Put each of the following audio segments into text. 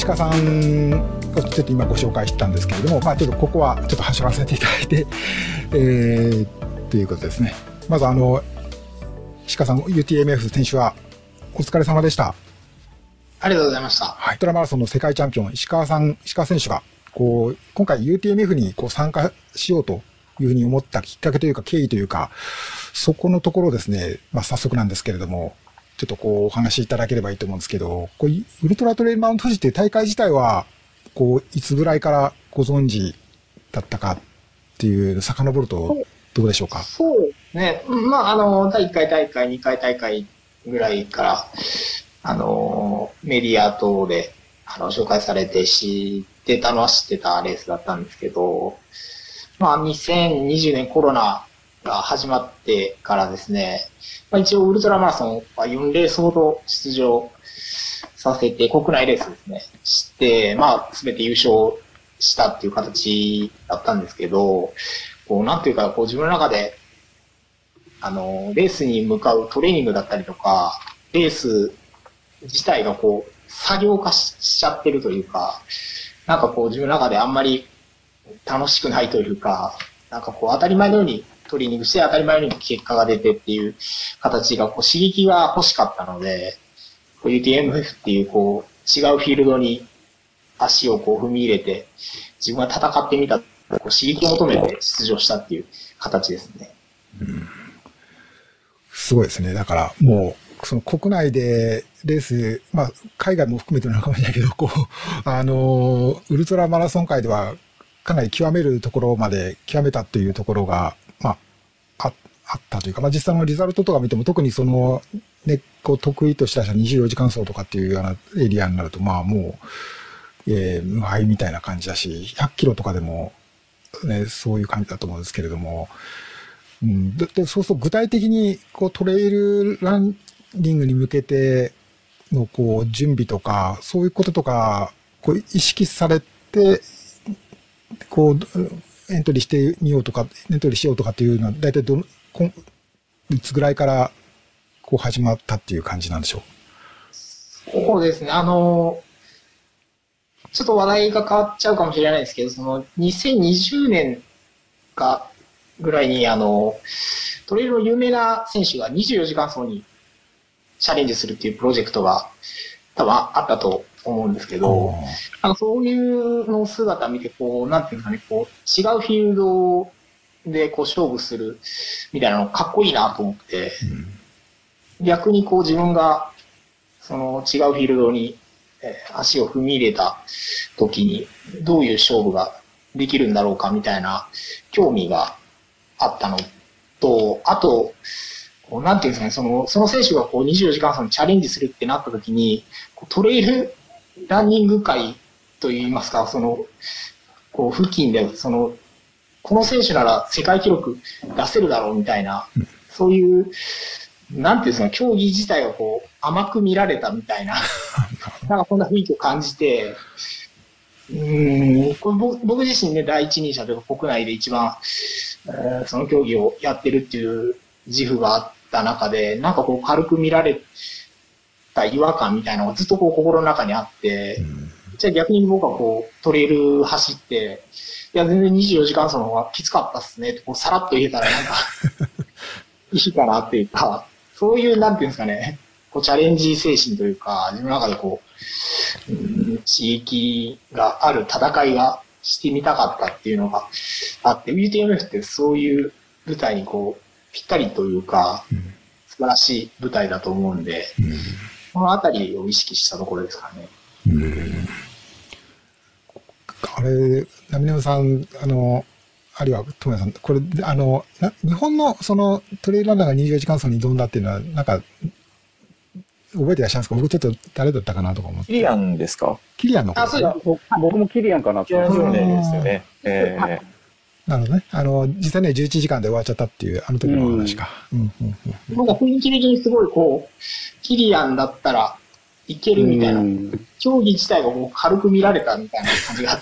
石川さんをちょっと今ご紹介したんですけれども、ちょっとここはちょっと走らせていただいて、ということですね。まず石川さん UTMF 選手はお疲れ様でした。 ありがとうございました。 はい、ウルトラマラソンの世界チャンピオン石川選手が今回 UTMF に参加しようというふうに思ったきっかけというか経緯というか、そこのところですね、早速なんですけれども、ちょっとお話しいただければいいと思うんですけど、ウルトラトレイルマウント富士っていう大会自体はいつぐらいからご存知だったかっていう遡るとどうでしょうか。 そうですね。第1回大会、2回大会ぐらいから、メディア等で、紹介されて知ってたレースだったんですけど、2020年コロナが始まってからですね、一応ウルトラマラソンは4レースほど出場させて、国内レースですね、して、すべて優勝したっていう形だったんですけど、なんていうか、自分の中で、レースに向かうトレーニングだったりとか、レース自体が作業化しちゃってるというか、自分の中であんまり楽しくないというか、当たり前のようにトレーニングして当たり前のように結果が出てっていう形が刺激が欲しかったので、UTMF っていう違うフィールドに足を踏み入れて自分が戦ってみた、刺激を求めて出場したっていう形ですね。 すごいですね。だからもうその国内でレース、海外も含めてなのかもしれないけど、ウルトラマラソン界ではかなり極めるところまで極めたっていうところが、あったというか、実際のリザルトとか見ても、特に得意とした24時間走とかっていうようなエリアになると、もう、無敗みたいな感じだし、100キロとかでも、ね、そういう感じだと思うんですけれども、でそうすると具体的に、トレイルランニングに向けての、準備とか、そういうこととか、意識されて、エントリーしてみようとか、エントリーしようとかっていうのは、だいたいいつぐらいから始まったっていう感じなんでしょう。 そうですね。ちょっと話題が変わっちゃうかもしれないですけど、2020年ぐらいに、トレイルの有名な選手が24時間走にチャレンジするっていうプロジェクトが多分あったと思うんですけど、そういうの姿を見て、なんていうんですかね、違うフィールドで勝負するみたいなのかっこいいなと思って、逆に自分がその違うフィールドに足を踏み入れた時にどういう勝負ができるんだろうかみたいな興味があったのと、あと、なんていうんですかね、その選手が24時間走にチャレンジするってなった時に、トレイルランニング界といいますか、付近で、この選手なら世界記録出せるだろうみたいな、そういう、なんていうんですか、競技自体が甘く見られたみたいな、そんな雰囲気を感じて、僕自身ね、第一人者というか国内で一番、その競技をやってるっていう自負があった中で、軽く見られた違和感みたいなのがずっと心の中にあって、じゃあ逆に僕はトレイル走って、いや全然24時間走の方がきつかったっすねってさらっと言えたらいいかなっていうか、そういうなんていうんですかね、チャレンジ精神というか、自分の中で刺激がある戦いがしてみたかったっていうのがあって、UTMF ってそういう舞台にぴったりというか、素晴らしい舞台だと思うんで、このあたりを意識したところですかね。 あれ、ナミネムさん、あるいはトモヤさん、これ、日本のトレイルランナーが24時間走に挑んだっていうのは、覚えてらっしゃいますか？僕ちょっと誰だったかなとか思って。 キリアンですか？ キリアンのことですね。 僕もキリアンかなって。 90年ですよね。 なるほどね。実際ね、11時間で終わっちゃったっていう、あの時の話か。 なんか雰囲気的にすごいキリアンだったらいけるみたいな、競技自体が軽く見られたみたいな感じがあって、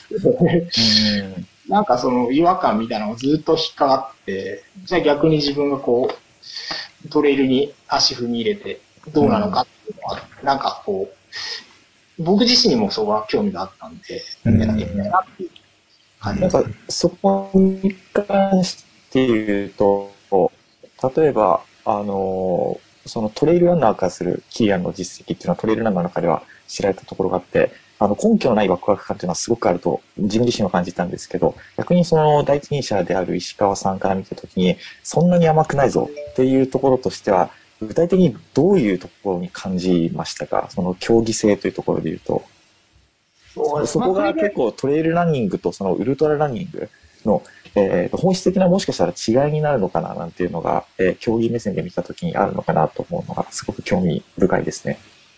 その違和感みたいなのがずっと引っかかって、じゃあ逆に自分がトレイルに足踏み入れてどうなのかっていうのは、 僕自身にもそこは興味があったんで、やってみたいなっていう感じです。 なんか、そこに関して言うと、例えば、そのトレイルランナーからするキリアンの実績っていうのはトレイルランナーの中では知られたところがあって、根拠のないワクワク感っていうのはすごくあると自分自身は感じたんですけど、逆にその第一人者である石川さんから見たときに、そんなに甘くないぞっていうところとしては、具体的にどういうところに感じましたか？その競技性というところで言うと。そこが結構トレイルランニングとそのウルトラランニングの、本質的なもしかしたら違いになるのかななんていうのが、競技目線で見たときにあるのかなと思うのがすごく興味深いですね。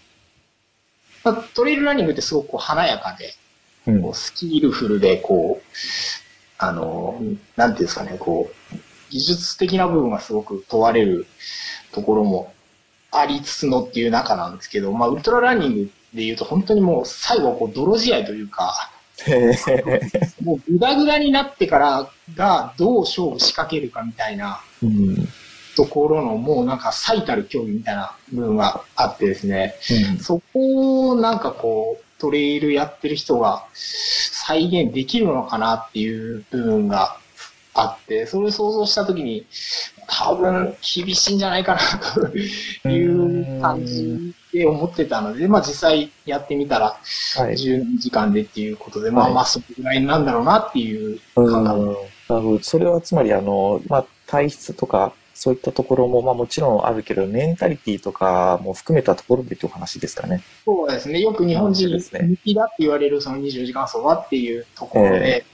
トレイルランニングってすごく華やかで、こうスキルフルで、こう、なんていうんですかね、こう、技術的な部分がすごく問われるところもありつつのっていう中なんですけど、ウルトラランニングで言うと本当にもう最後こう泥仕合というか、もうグダグダになってからがどう勝負仕掛けるかみたいなところのもうなんか最たる競技みたいな部分があってですね、そこをなんかこうトレイルやってる人が再現できるのかなっていう部分があって、それを想像したときに多分厳しいんじゃないかなという感じで思ってたので、実際やってみたら12時間でっていうことで、そのぐらいなんだろうなっていう感覚。 それはつまり体質とかそういったところももちろんあるけど、メンタリティとかも含めたところでという話ですかね。 そうですね。よく日本人向きだって言われるその24時間走はっていうところで、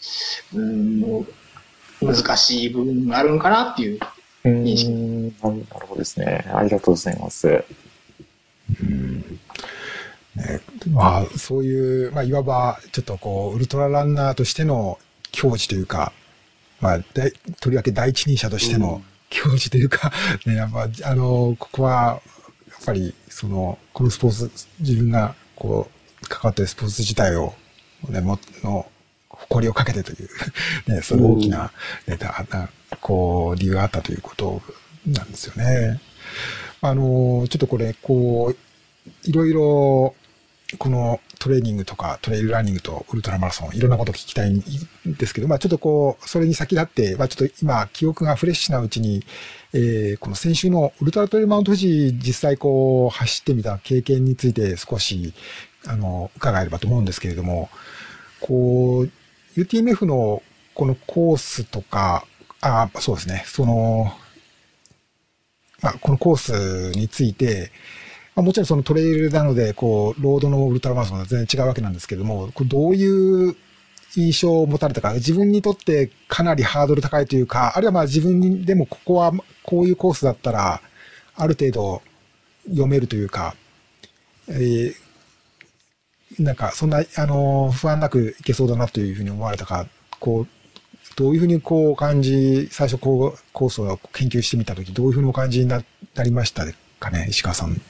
難しい部分があるのかなっていう認識。 なるほどですね。ありがとうございます。 そういう、いわばちょっとこうウルトラランナーとしての境地というか、とりわけ第一人者としての境地というか、ここはやっぱりこのスポーツ、自分がこう関わっているスポーツ自体を誇りをかけてというその大きな、こう理由があったということなんですよね。ちょっとこれいろいろこのトレーニングとかトレイルランニングとウルトラマラソンいろんなことを聞きたいんですけど、ちょっとそれに先立って、ちょっと今記憶がフレッシュなうちに、この先週のウルトラトレイルマウント富士実際走ってみた経験について少し伺えればと思うんですけれども、UTMF のこのコースとか、そうですね、このコースについて、もちろんそのトレイルなので、ロードのウルトラマラソンは全然違うわけなんですけども、どういう印象を持たれたか、自分にとってかなりハードル高いというか、あるいは自分にでもここはこういうコースだったら、ある程度読めるというか、なんかそんな、不安なくいけそうだなというふうに思われたか、どういうふうに最初コースを研究してみたとき、どういうふうにお感じになりましたかね、石川さん。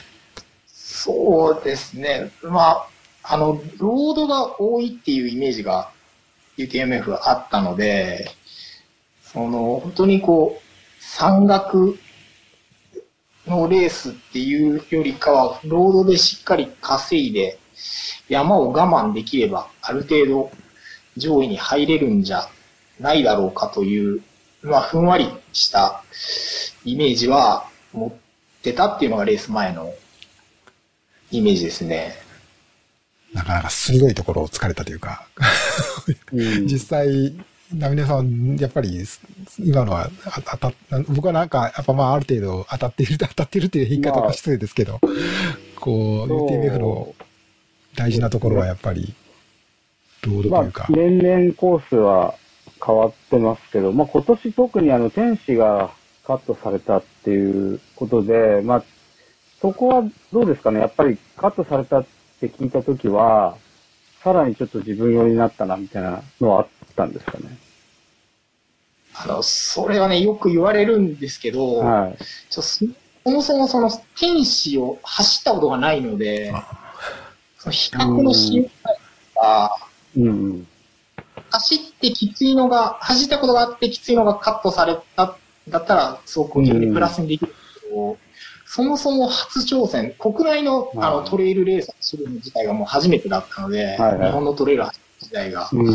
そうですね。ロードが多いっていうイメージが UTMF はあったので、本当に山岳のレースっていうよりかは、ロードでしっかり稼いで、山を我慢できれば、ある程度上位に入れるんじゃないだろうかという、ふんわりしたイメージは持ってたっていうのがレース前のイメージですね。 なかなか鋭いところを突かれたというか実際、ナミネさん、やっぱり今のは僕はなんか、やっぱある程度当たっているっていう言い方が失礼ですけど、UTMF の大事なところはやっぱり、ロードというか。 年々コースは変わってますけど、今年特に天使がカットされたっていうことで、そこはどうですかね。やっぱりカットされたって聞いたときは、さらにちょっと自分寄りになったなみたいなのはあったんですかね。 それはね、よく言われるんですけど、そもそもその天使を走ったことがないので、その比較の心配が、走ったことがあってきついのがカットされただったら、すごくプラスにできるけど、 そもそも初挑戦、国内のトレイルレースをするの自体がもう初めてだったので、 はいはい、 日本のトレイル自体が、 うんうん、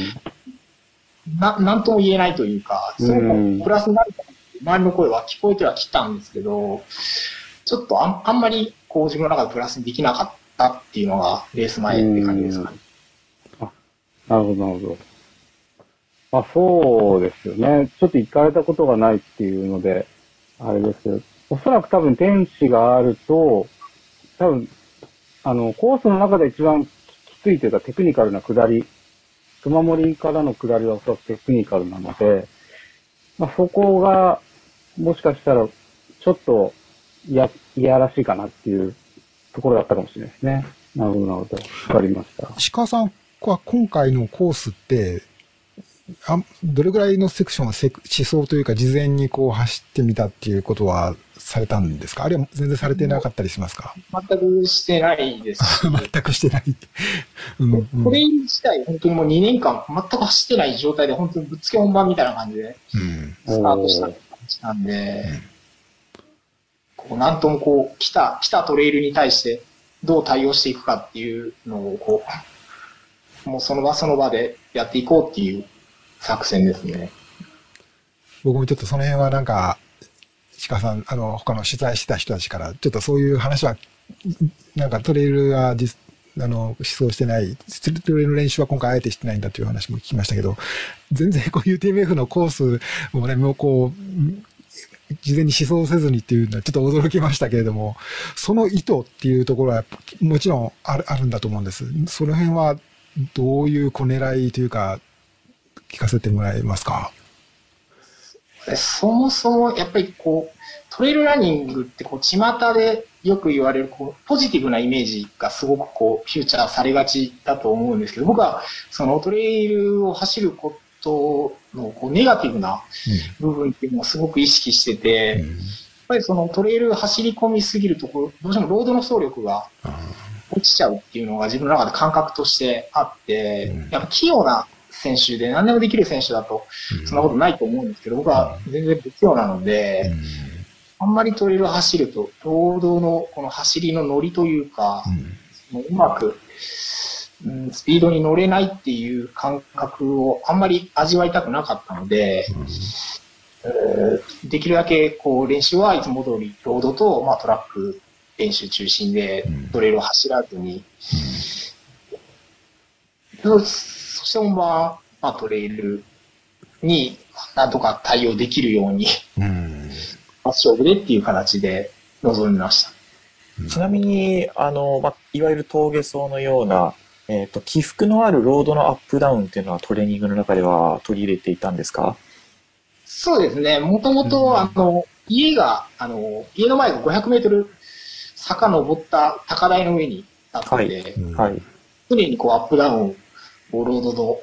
なんとも言えないというか、すごくプラスになるかな、周りの声は聞こえてはきたんですけど、ちょっとあんまりこう自分の中でプラスにできなかったっていうのがレース前って感じですかね。 なるほど、なるほど。まあそうですよね。ちょっと行かれたことがないっていうので、あれですけど、おそらく多分天使があると、多分、コースの中で一番きついというかテクニカルな下り、熊森からの下りはおそらくテクニカルなので、まあそこが、もしかしたら、ちょっと、いやらしいかなっていうところだったかもしれないですね。なるほど、なるほど。わかりました。 石川さんは今回のコースって、どれぐらいのセクションは思想というか事前にこう走ってみたっていうことはされたんですか？あるいは全然されてなかったりしますか？ 全くしてないですし。 全くしてない。 これ自体本当にもう2年間全く走ってない状態で本当にぶっつけ本番みたいな感じでスタートした感じなんで、こうなんともこう来たトレイルに対してどう対応していくかっていうのをこう、もうその場その場でやっていこうっていう作戦ですね。 僕もちょっとその辺はなんか、鹿さん、他の取材してた人たちから、ちょっとそういう話は、なんかトレイルは思想してない、トレイルの練習は今回あえてしてないんだという話も聞きましたけど、全然こう UTMF のコースもね、もうこう、事前に思想せずにっていうのはちょっと驚きましたけれども、その意図っていうところはもちろんあるんだと思うんです。その辺はどういう狙いというか、聞かせてもらえますか？ そもそもやっぱりこうトレイルランニングってこう巷でよく言われるこうポジティブなイメージがすごくこうフューチャーされがちだと思うんですけど、僕はそのトレイルを走ることのこうネガティブな部分っていうのをすごく意識してて、やっぱりそのトレイル走り込みすぎるとどうしてもロードの走力が落ちちゃうっていうのが自分の中で感覚としてあって、やっぱ器用な選手で何でもできる選手だとそんなことないと思うんですけど、僕は全然不器用なので、あんまりトレイル走るとロードのこの走りの乗りというか、うまくスピードに乗れないっていう感覚をあんまり味わいたくなかったので、できるだけこう練習はいつも通りロードと、まあ、トラック練習中心でトレイルを走らずに、そして本番、まあ、トレイルになんとか対応できるように、勝負でっていう形で臨みました。 ちなみに、まあ、いわゆる峠走のような、起伏のあるロードのアップダウンっていうのはトレーニングの中では取り入れていたんですか？ そうですね。もともと、家の前が500メートル坂登った高台の上にあって、常にこうアップダウンをロードの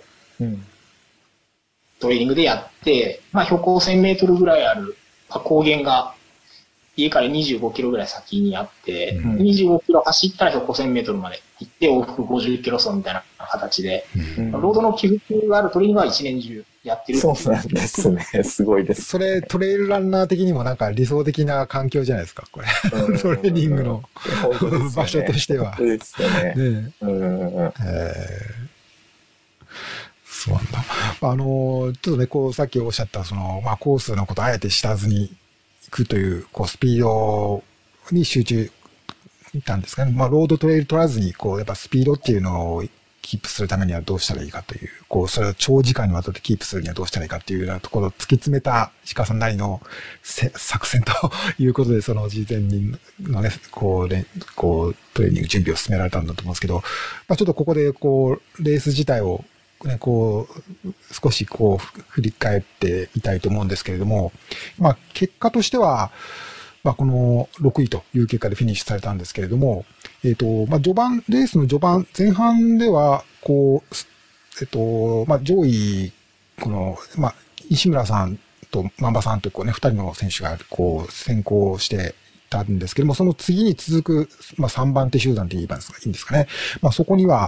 トレーニングでやって、まあ、標高1000メートルぐらいある高原が家から25キロぐらい先にあって、25キロ走ったら標高1000メートルまで行って往復50キロ走みたいな形で、ロードの起伏があるトレーニングは一年中やってる。 そうなんですね。すごいです。 それトレイルランナー的にもなんか理想的な環境じゃないですか、これ。トレーニングの場所としては。 そうですよね。 そうなんだ。ちょっとね、こう、さっきおっしゃった、まあ、コースのことをあえて知らずに行くという、こう、スピードに集中したんですかね。まあ、ロードトレイル取らずに、こう、やっぱスピードっていうのをキープするためにはどうしたらいいかという、こう、それを長時間にわたってキープするにはどうしたらいいかっていうようなところを突き詰めた鹿さんなりの作戦ということで、事前にのね、こう、トレーニング準備を進められたんだと思うんですけど、まあ、ちょっとここで、こう、レース自体をね、こう、少しこう、振り返ってみたいと思うんですけれども、まあ、結果としては、まあ、この6位という結果でフィニッシュされたんですけれども、まあ、レースの序盤、前半では、こう、まあ、上位、まあ、西村さんと万場さんとこうね、2人の選手が、こう、先行していたんですけども、その次に続く、まあ、3番手集団って言えばいいんですかね。まあ、そこには、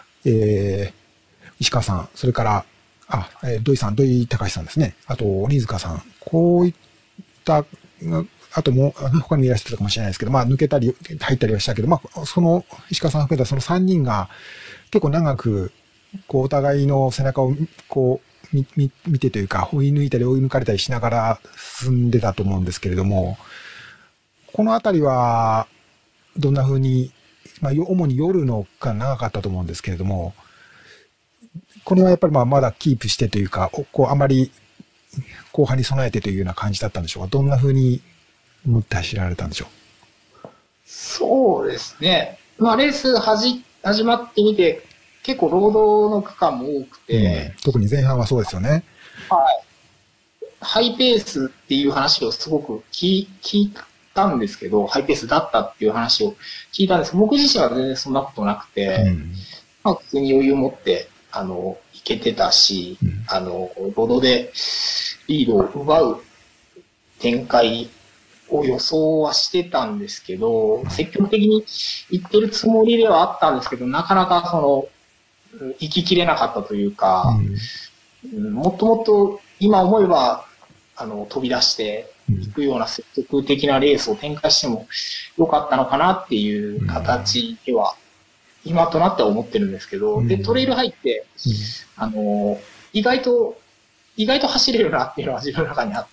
石川さん、それから、土井隆さんですね。あと、鬼塚さん。こういった、 あともう、他にいらっしゃったかもしれないですけど、まあ抜けたり入ったりはしたけど、まあその石川さん含めたその3人が結構長く、こうお互いの背中をこう見てというか、追い抜いたり追い抜かれたりしながら進んでたと思うんですけれども、このあたりはどんな風に、まあ主に夜のが長かったと思うんですけれども、これはやっぱりまだキープしてというか、こうあまり後半に備えてというような感じだったんでしょうか。どんな風に思って走られたんでしょう。 そうですね。まあレース始まってみて、結構労働の区間も多くて、 特に前半はそうですよね。 はい。ハイペースっていう話をすごく聞いたんですけど、ハイペースだったっていう話を聞いたんですけど、僕自身は全然そんなことなくて、まあ普通に余裕を持って、行けてたし、ロードでリードを奪う展開を予想はしてたんですけど、積極的に行ってるつもりではあったんですけど、なかなか行ききれなかったというか、もっともっと今思えば、飛び出していくような積極的なレースを展開してもよかったのかなっていう形では、今となっては思ってるんですけど、で、トレイル入って、意外と走れるなっていうのは自分の中にあって、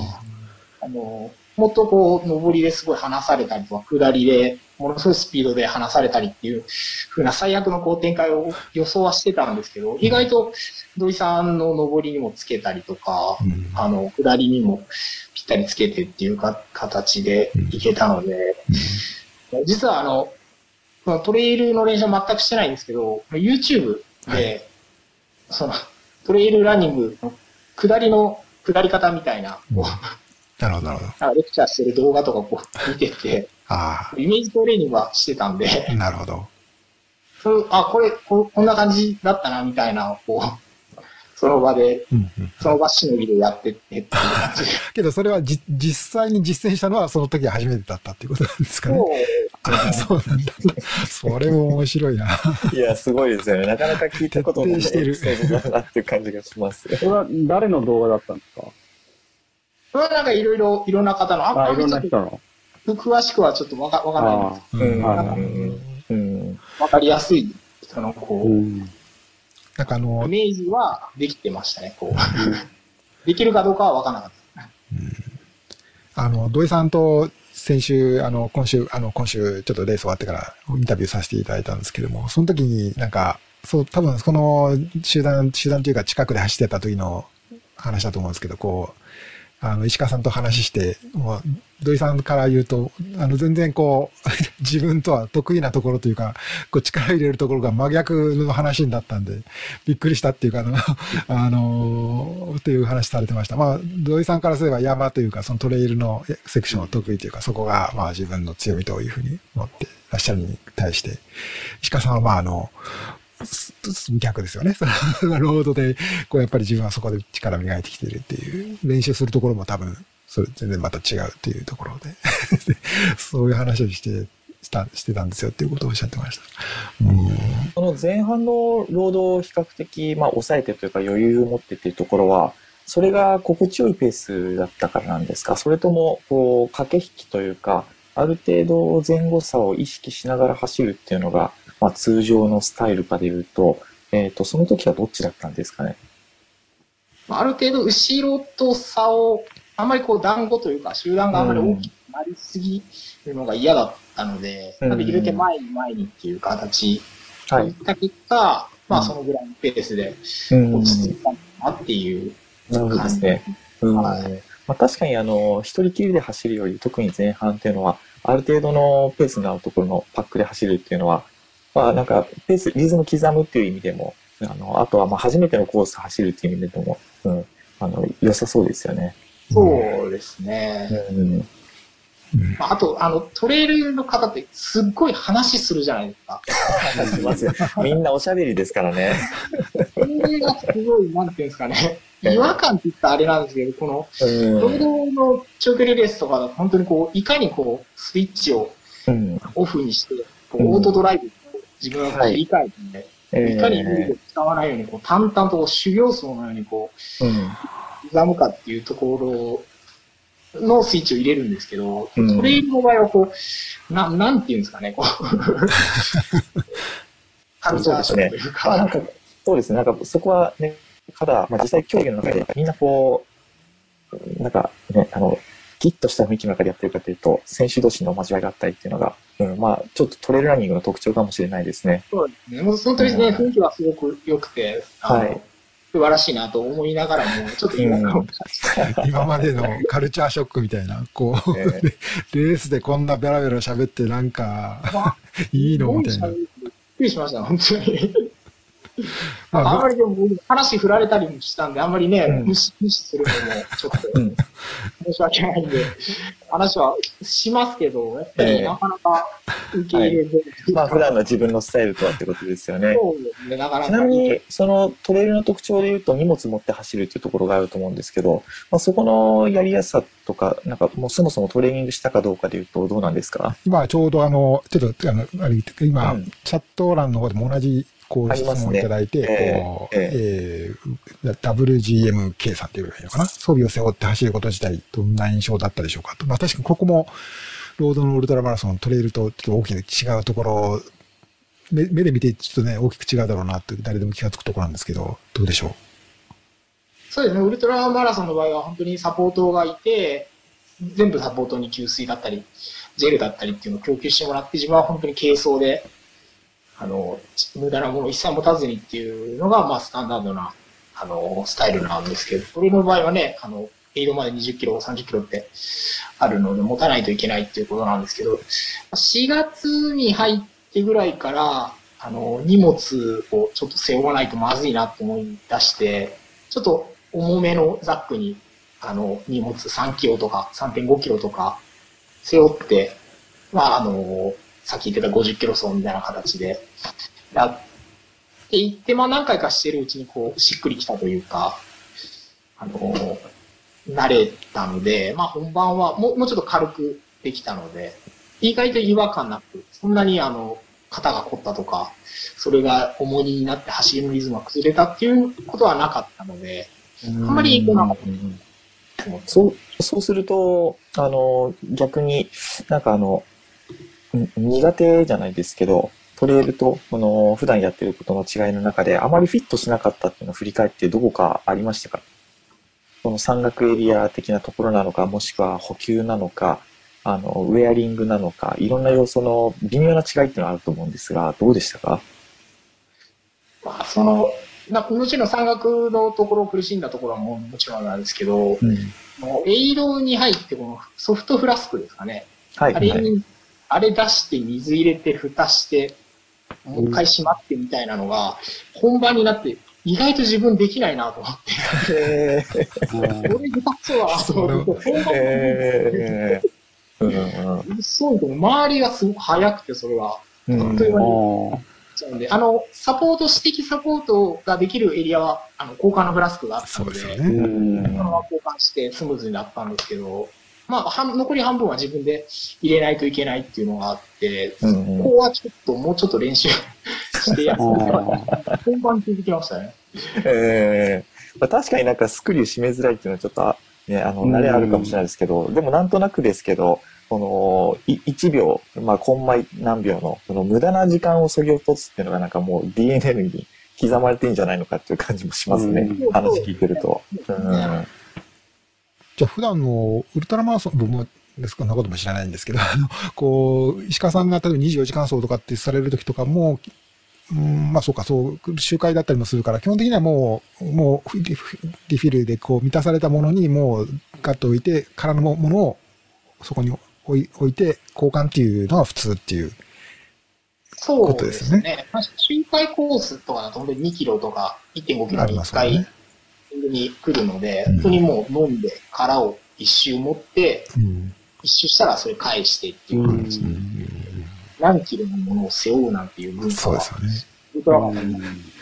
もっとこう、上りですごい離されたりとか、下りでものすごいスピードで離されたりっていう風な最悪のこう展開を予想はしてたんですけど、意外と土井さんの上りにもつけたりとか、下りにもぴったりつけてっていう形でいけたので、実はトレイルの練習は全くしてないんですけど、YouTube で、トレイルランニングの下り方みたいな、 なるほど、なるほど。 レクチャーしてる動画とかこう見てて、イメージトレーニングはしてたんで、 なるほど。 こんな感じだったな、みたいな、こう、その場しのぎでやってってっていう感じ。 けど、それは実際に実践したのはその時初めてだったっていうことなんですかね。そうなんだ。それも面白いな。 いや、すごいですよね。なかなか聞いたことないエピソードだなっていう感じがします。 それは誰の動画だったんですか？ それはなんかいろんな方の、 いろんな人の。 詳しくはちょっとわかんないんですけど、わかりやすい、こう、 なんかイメージはできてましたね、こう。できるかどうかはわからなかった。 土井さんと今週ちょっとレース終わってからインタビューさせていただいたんですけども、その時になんか、多分この集団というか近くで走ってた時の話だと思うんですけど、こう、石川さんと話して、もう、土井さんから言うと、全然こう、自分とは得意なところというか、こう力入れるところが真逆の話になったんで、びっくりしたっていうか、っていう話されてました。まあ、土井さんからすれば山というか、そのトレイルのセクションが得意というか、そこが、まあ自分の強みというふうに思ってらっしゃるに対して、石川さんはまあ逆ですよね。ロードで、こうやっぱり自分はそこで力を磨いてきているっていう、練習するところも多分、それ全然また違うっていうところで、そういう話をしてたんですよっていうことをおっしゃってました。 その前半のロードを比較的、抑えてというか余裕を持ってっていうところは、それが心地よいペースだったからなんですか？それとも、こう、駆け引きというか、ある程度前後差を意識しながら走るっていうのが、通常のスタイルかでいうと、その時はどっちだったんですかね？ ある程度後ろと差を、あんまりこう団子というか集団があんまり大きくなりすぎるのが嫌だったので、できるだけ前にっていう形をいった結果、そのぐらいのペースで落ち着いたのかなっていう感じですね。 確かに一人きりで走るより特に前半っていうのは、ある程度のペースのあるところのパックで走るっていうのは、なんかペース、リズム刻むっていう意味でも、あとは初めてのコース走るっていう意味でも、良さそうですよね。 そうですね。あと、トレイルの方ってすっごい話するじゃないですか。みんなおしゃべりですからね。 それがすごい、なんていうんですかね。違和感って言ったらあれなんですけど、この、ロードの長距離レースとかだと本当にこう、いかにこう、スイッチをオフにして、オートドライブを自分が切り替えて、いかにルールを使わないように、こう淡々と修行僧のようにこう、刻むかっていうところのスイッチを入れるんですけど、 うんトレイルの場合はこう、なんていうんですかね、こう、カルチャーショックというか。 そうですね、なんかそこはね、ただ、まあ、実際競技の中でみんなこう、なんかね、ギッとした雰囲気の中でやってるかというと、選手同士の交わりがあったりっていうのが、まあ、ちょっとトレイルランニングの特徴かもしれないですね。 そうですね。もう本当にね、雰囲気はすごく良くて、 はい。 素晴らしいなと思いながらも、ちょっと違和感を感じて、 今までのカルチャーショックみたいな、こう、レースでこんなベラベラ喋ってなんか、いいのみたいな。 びっくりしました、本当に。 まああんまりでも話振られたりもしたんで、あんまりね、 うん無視するのもちょっとうん申し訳ないんで、話はしますけど、やっぱりなかなか受け入れず、 まあ、普段の自分のスタイルとはってことですよね。 そうですね、なかなか。 ちなみに、そのトレイルの特徴で言うと荷物持って走るっていうところがあると思うんですけど、まあ、そこのやりやすさとか、なんかもうそもそもトレーニングしたかどうかで言うとどうなんですか？ 今ちょうどちょっとあれ今、 うんチャット欄の方でも同じこう質ありますね問をいただいて、こうWGMK さんっていうのがいいのかな、装備を背負って走ること自体どんな印象だったでしょうかと。まあ確かにここもロードのウルトラマラソントレイルとちょっと大きく違うところ、目で見てちょっとね大きく違うだろうなって誰でも気がつくところなんですけど、どうでしょう？ そうですね、ウルトラマラソンの場合は本当にサポートがいて、全部サポートに給水だったり、ジェルだったりっていうのを供給してもらって、自分は本当に軽装で、無駄なものを一切持たずにっていうのが、まあ、スタンダードな、スタイルなんですけど、これの場合はね、エイドまで20キロ、30キロってあるので、持たないといけないっていうことなんですけど、4月に入ってぐらいから、荷物をちょっと背負わないとまずいなって思い出して、ちょっと重めのザックに、荷物3キロとか3.5キロとか背負って、まあ、さっき言ってた50キロ走みたいな形でやっていって、まあ何回かしてるうちにこう、しっくりきたというか、慣れたので、まあ本番はもうちょっと軽くできたので、意外と違和感なく、そんなに肩が凝ったとか、それが重荷になって走りのリズムが崩れたっていうことはなかったので、あんまり影響なかったと思って。 そうすると、逆になんか苦手じゃないですけど、トレイルとこの普段やってることの違いの中であまりフィットしなかったっていうのを振り返ってどこかありましたか？この山岳エリア的なところなのか、もしくは補給なのか、ウェアリングなのか、いろんな要素の微妙な違いっていうのがあると思うんですが、どうでしたか？ まあ、もちろん山岳のところ苦しんだところはもちろんなんですけど、エイドに入ってこのソフトフラスクですかね。 はい。 あれ出して水入れて蓋してもう一回閉まってみたいなのが本番になって意外と自分できないなと思って。これ下手くそだなと思って。そうでも周りがすごく早くてそれは。本当にサポート、私的サポートができるエリアは交換のフラスクがあったので、そのまま交換してスムーズになったんですけど、まあ、残り半分は自分で入れないといけないっていうのがあって、ここはちょっと、もうちょっと練習してやって、本番続きましたね。 まあ、確かになんかスクリュー締めづらいっていうのはちょっと、ね、慣れあるかもしれないですけど、でもなんとなくですけど、この1秒、まあ、コンマイ何秒の、その無駄な時間を削ぎ落とすっていうのがなんかもう DNA に刻まれてんじゃないのかっていう感じもしますね。話聞いてると。 じゃあ普段のウルトラマラソン、僕もそんなことも知らないんですけど、こう、石川さんが例えば24時間走とかってされる時とかも、まあそうか、周回だったりもするから、基本的にはもうリフィルでこう満たされたものにもうガッと置いて、空のものをそこに置いて交換っていうのが普通っていうことですよね。 周回コースとかだと本当に2キロとか 1.5 キロに1回に来るので、本当にもう飲んで殻を一周持って、一周したらそれ返してっていう感じで、何キロのものを背負うなんていう文化は、ウルトラマンに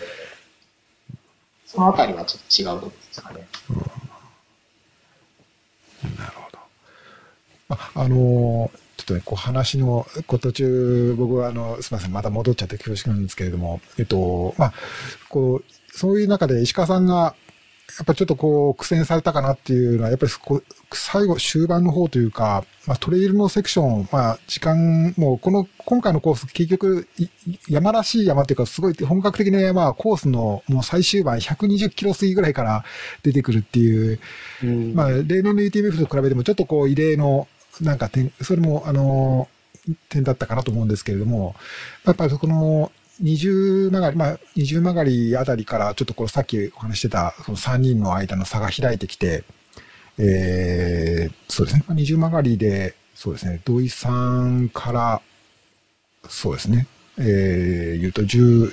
そのあたりはちょっと違うところですかね。 なるほど。ちょっとね、こう話の途中、僕はすみません、また戻っちゃって恐縮なんですけれども、まあ、こう、そういう中で石川さんが、 やっぱちょっとこう苦戦されたかなっていうのは、やっぱり最後、終盤の方というか、トレイルのセクション、時間、もう今回のコース、結局、山らしい山っていうか、すごい本格的な山はコースのもう最終盤120キロ過ぎぐらいから出てくるっていう、例年の UTMF と比べてもちょっとこう異例の、それも点だったかなと思うんですけれども、やっぱりそこの、二重曲がりあたりからちょっとこうさっきお話してたその3人の間の差が開いてきて、そうですね。二重曲がりで、そうですね。土井さんから、そうですね。言うと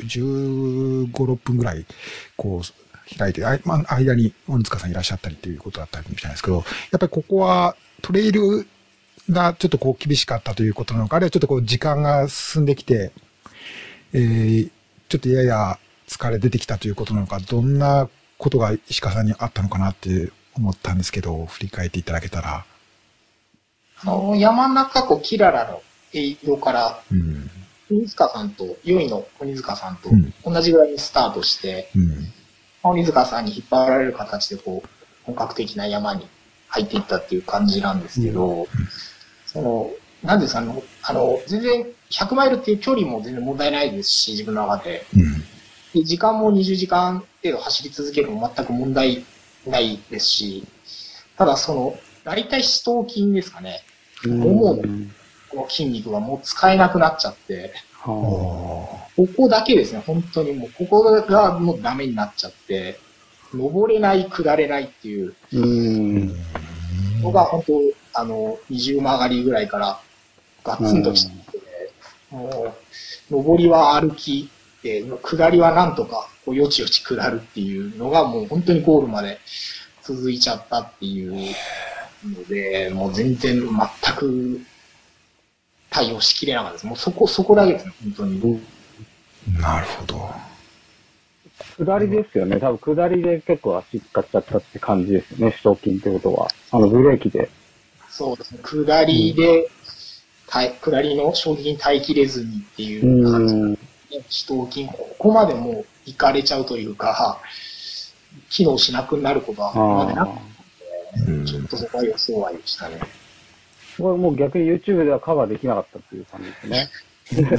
15、6分ぐらい、こう、開いて、間に鬼塚さんいらっしゃったりっていうことだったみたいですけど、やっぱりここはトレイルがちょっとこう厳しかったということなのか、あるいはちょっとこう時間が進んできて、ちょっとやや疲れ出てきたということなのか、どんなことが石川さんにあったのかなって思ったんですけど、振り返っていただけたら。 山中湖キララのエイドから、鬼塚さんと、4位の鬼塚さんと同じぐらいにスタートして、鬼塚さんに引っ張られる形でこう、本格的な山に入っていったっていう感じなんですけど、なんですかね、全然100マイルっていう距離も全然問題ないですし、自分の中で。で時間も20時間程度走り続けるのも全く問題ないですし、ただ大体四頭筋ですかね。ももの筋肉がもう使えなくなっちゃって、ここだけですね、本当にもう、ここがもうダメになっちゃって、登れない、下れないっていうのが本当、20曲がりぐらいからガツンときて、もう、上りは歩きで、下りはなんとか、こう、よちよち下るっていうのがもう本当にゴールまで続いちゃったっていうので、もう全然全く対応しきれなかったです。もうそこだけですね、本当に。 なるほど。 下りですよね。多分下りで結構足使っちゃったって感じですよね、四頭筋ってことは。ブレーキで。 そうですね。下りで、下りの衝撃に耐えきれずにっていう感じで、四頭筋、ここまでもういかれちゃうというか、機能しなくなることはここまでなくて、ちょっとそこは予想外でしたね。 これもう逆に YouTube ではカバーできなかったっていう感じですね。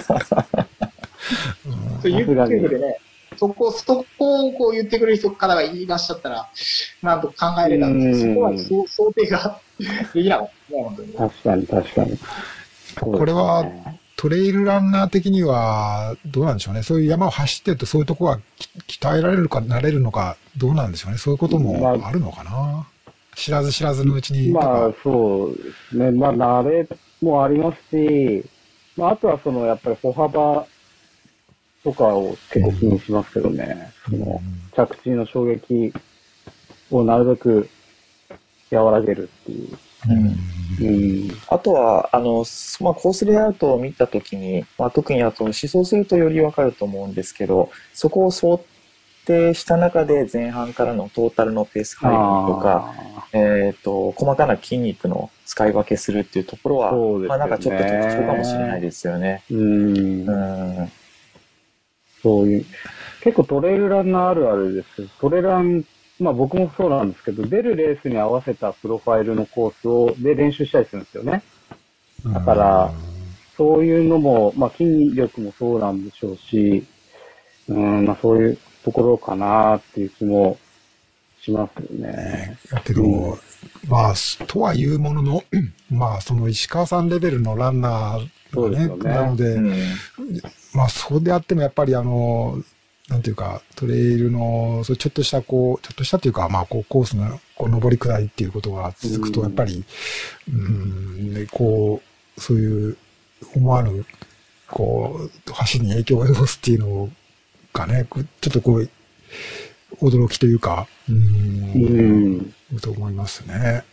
YouTube でね、そこをこう言ってくれる方がいらっしゃったら、なんと考えれたんですけど、そこは想定ができなかったね、本当に。 確かに。 これは、トレイルランナー的には、どうなんでしょうね。そういう山を走ってると、そういうところは鍛えられるか、なれるのか、どうなんでしょうね。そういうこともあるのかな。知らずのうちに。 そうですね。慣れもありますし、あとはやっぱり歩幅とかを結構気にしますけどね。着地の衝撃をなるべく和らげるっていう。 あとは、コースレイアウトを見たときに、特に思想するとよりわかると思うんですけど、そこを想定した中で前半からのトータルのペース配分とか、細かな筋肉の使い分けするっていうところは、なんかちょっと特徴かもしれないですよね。 そういう、結構トレイルランナーあるあるです。トレラン、僕もそうなんですけど、出るレースに合わせたプロファイルのコースで練習したりするんですよね。だから、そういうのも、筋力もそうなんでしょうし、そういうところかなっていう気もしますよね。 だけど、とはいうものの、その石川さんレベルのランナーがね、なので、そうであってもやっぱりなんていうか、トレイルの、ちょっとしたというか、コースの、上り下りっていうことが続くと、やっぱり、そういう思わぬ、走りに影響を及ぼすっていうのがね、ちょっと驚きというか、と思いますね。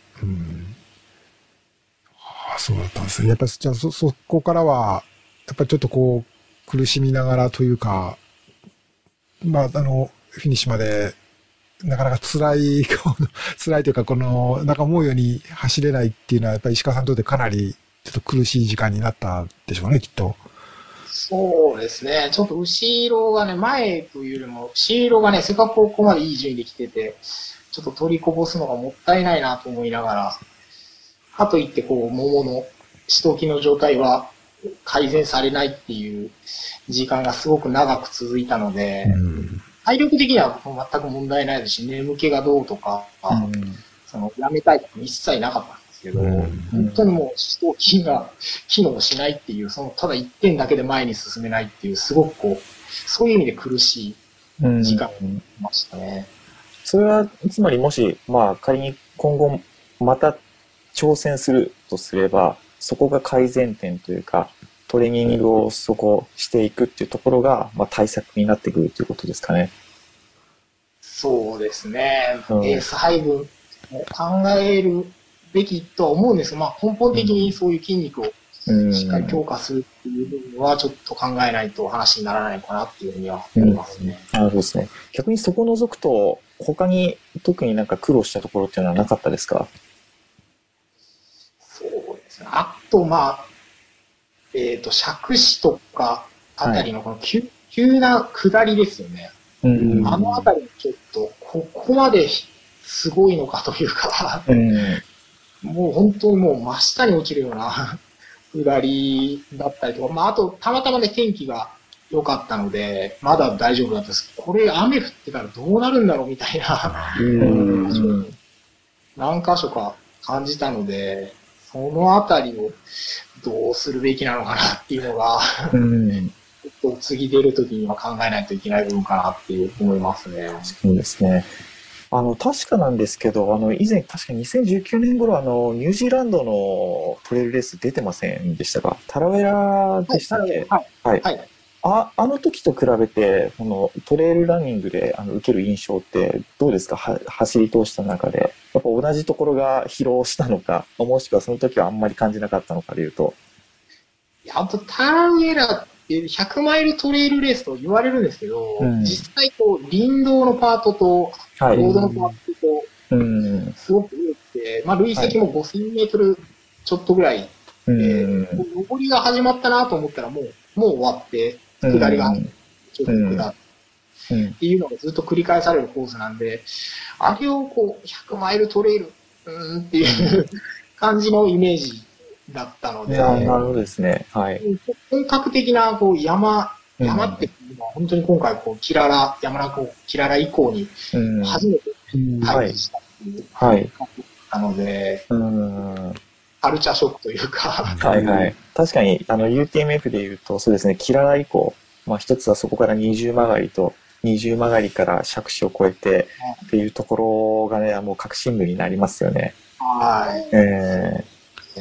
そうだったんですね。やっぱり、じゃあそこからは、やっぱりちょっと苦しみながらというか、フィニッシュまで、なかなか辛いというか、思うように走れないっていうのは、やっぱり石川さんにとってかなり、ちょっと苦しい時間になったでしょうね、きっと。 そうですね。ちょっと後ろがね、前というよりも、後ろがね、せっかくここまでいい順位で来てて、ちょっと取りこぼすのがもったいないなと思いながら、かといって、こう、ももの四頭筋の状態は改善されないっていう時間がすごく長く続いたので、体力的には全く問題ないですし、眠気がどうとか、そのやめたいとか一切なかったんですけど、本当にもう四頭筋が機能しないっていう、そのただ一点だけで前に進めないっていう、すごくこう、そういう意味で苦しい時間になりましたね。 それは、つまりもし、まあ仮に今後また挑戦するとすれば、そこが改善点というか、トレーニングをそこしていくっていうところが、まあ、対策になってくるということですかね。 そうですね。ペース配分を考えるべきとは思うんですが、まあ、根本的にそういう筋肉をしっかり強化するっていう部分はちょっと考えないと話にならないのかなっていうふうには思いますね。 なるほどですね。逆にそこを除くと、他に特になんか苦労したところっていうのはなかったですか？ そうですね。あと、まあ、杓子とかあたりのこの急な下りですよね。あのあたりちょっと、ここまですごいのかというか、もう本当にもう真下に落ちるような下りだったりとか、まああとたまたまね天気が良かったので、まだ大丈夫だったんですけど、これ雨降ってたらどうなるんだろうみたいな、何箇所か感じたので、そのあたりをどうするべきなのかなっていうのが、次出るときには考えないといけない部分かなっていう思いますね。 そうですね。確かなんですけど、以前、確か2019年頃、ニュージーランドのトレイルレース出てませんでしたか？タラウェラでしたっけ？はい。あの時と比べて、このトレイルランニングで受ける印象ってどうですか？走り通した中で。やっぱ同じところが疲労したのか、もしくはその時はあんまり感じなかったのかでいうと。 あと、タラウェラって100マイルトレイルレースと言われるんですけど、実際こう、林道のパートと、ロードのパートと、すごく多くて、まあ、累積も5000メートルちょっとぐらい、上りが始まったなと思ったらもう終わって、下りがちょっと下っていうのがずっと繰り返されるコースなんで、あれをこう、100マイルトレイル、っていう感じのイメージだったので、 なるほどですね。はい。 本格的なこう山っていうのは本当に今回こう山中キララ以降に初めて体験したっていう感じなので、カルチャーショックというか。 はいはい。確かにUTMF でいうとそうですね、キララ以降、まあ一つはそこから二重曲がりと二重曲がりから杓子を越えてっていうところがね、もう革新部になりますよね。 はい。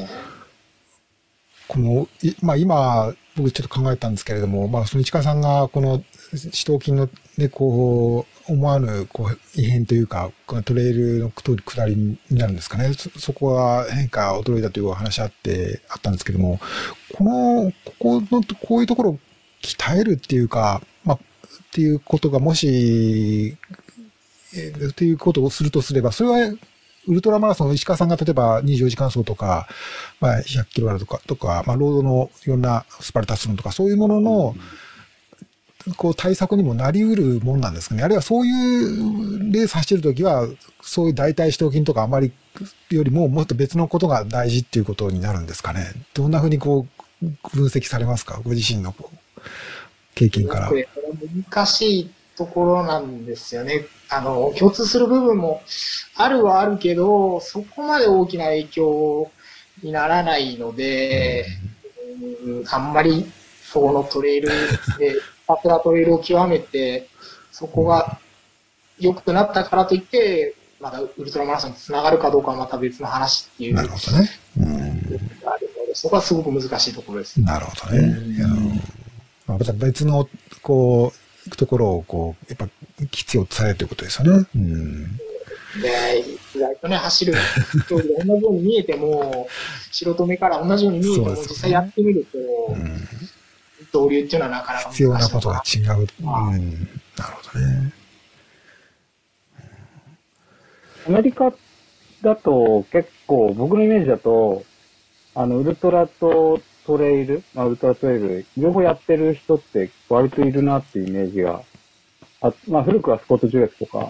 この、まあ今、僕ちょっと考えたんですけれども、まあその市川さんがこの四頭筋のね、こう、思わぬこう異変というか、このトレイルの下りになるんですかね。そこは変化、驚いたというお話あったんですけども、こういうところを鍛えるっていうか、まあ、っていうことがもし、っていうことをするとすれば、それは、ウルトラマラソン、石川さんが例えば24時間走とか、まあ、100キロあるとか、まあ、ロードのいろんなスパルタスロンとか、そういうものの、こう、対策にもなり得るもんなんですかね。あるいはそういうレース走るときは、そういう大腿四頭筋とかあまりよりも、もっと別のことが大事っていうことになるんですかね。どんなふうにこう、分析されますか？ご自身の経験から。 これ難しいところなんですよね。共通する部分もあるはあるけど、そこまで大きな影響にならないので、あんまりそのトレイルで、パトラトレイルを極めて、そこが良くなったからといって、まだウルトラマラソンにつながるかどうかはまた別の話っていう。 なるほどね。 そこはすごく難しいところです。 なるほどね。また別の、こう、ところを、こう、やっぱ、必要とされるということですよね。 で、意外とね、走る競技が同じように見えても、素人目から同じように見えても、実際やってみると、導流っていうのはなかなか難しい。 必要なことが違う。なるほどね。 アメリカだと結構、僕のイメージだと、ウルトラとトトレイル、ウルトラトレイル、両方やってる人って割といるなっていうイメージが、古くはスコット・ジュレスとか、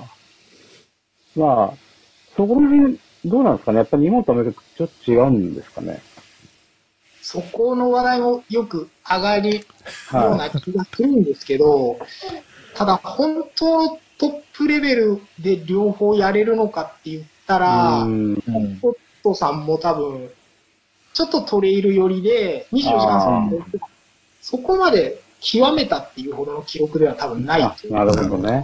そこら辺、どうなんですかね。やっぱり日本とアメリカちょっと違うんですかね。 そこの話題もよく上がるような気がするんですけど、ただ本当のトップレベルで両方やれるのかって言ったら、ポットさんも多分、ちょっとトレイル寄りで、24時間そこまで極めたっていうほどの記録では多分ないという。 なるほどね。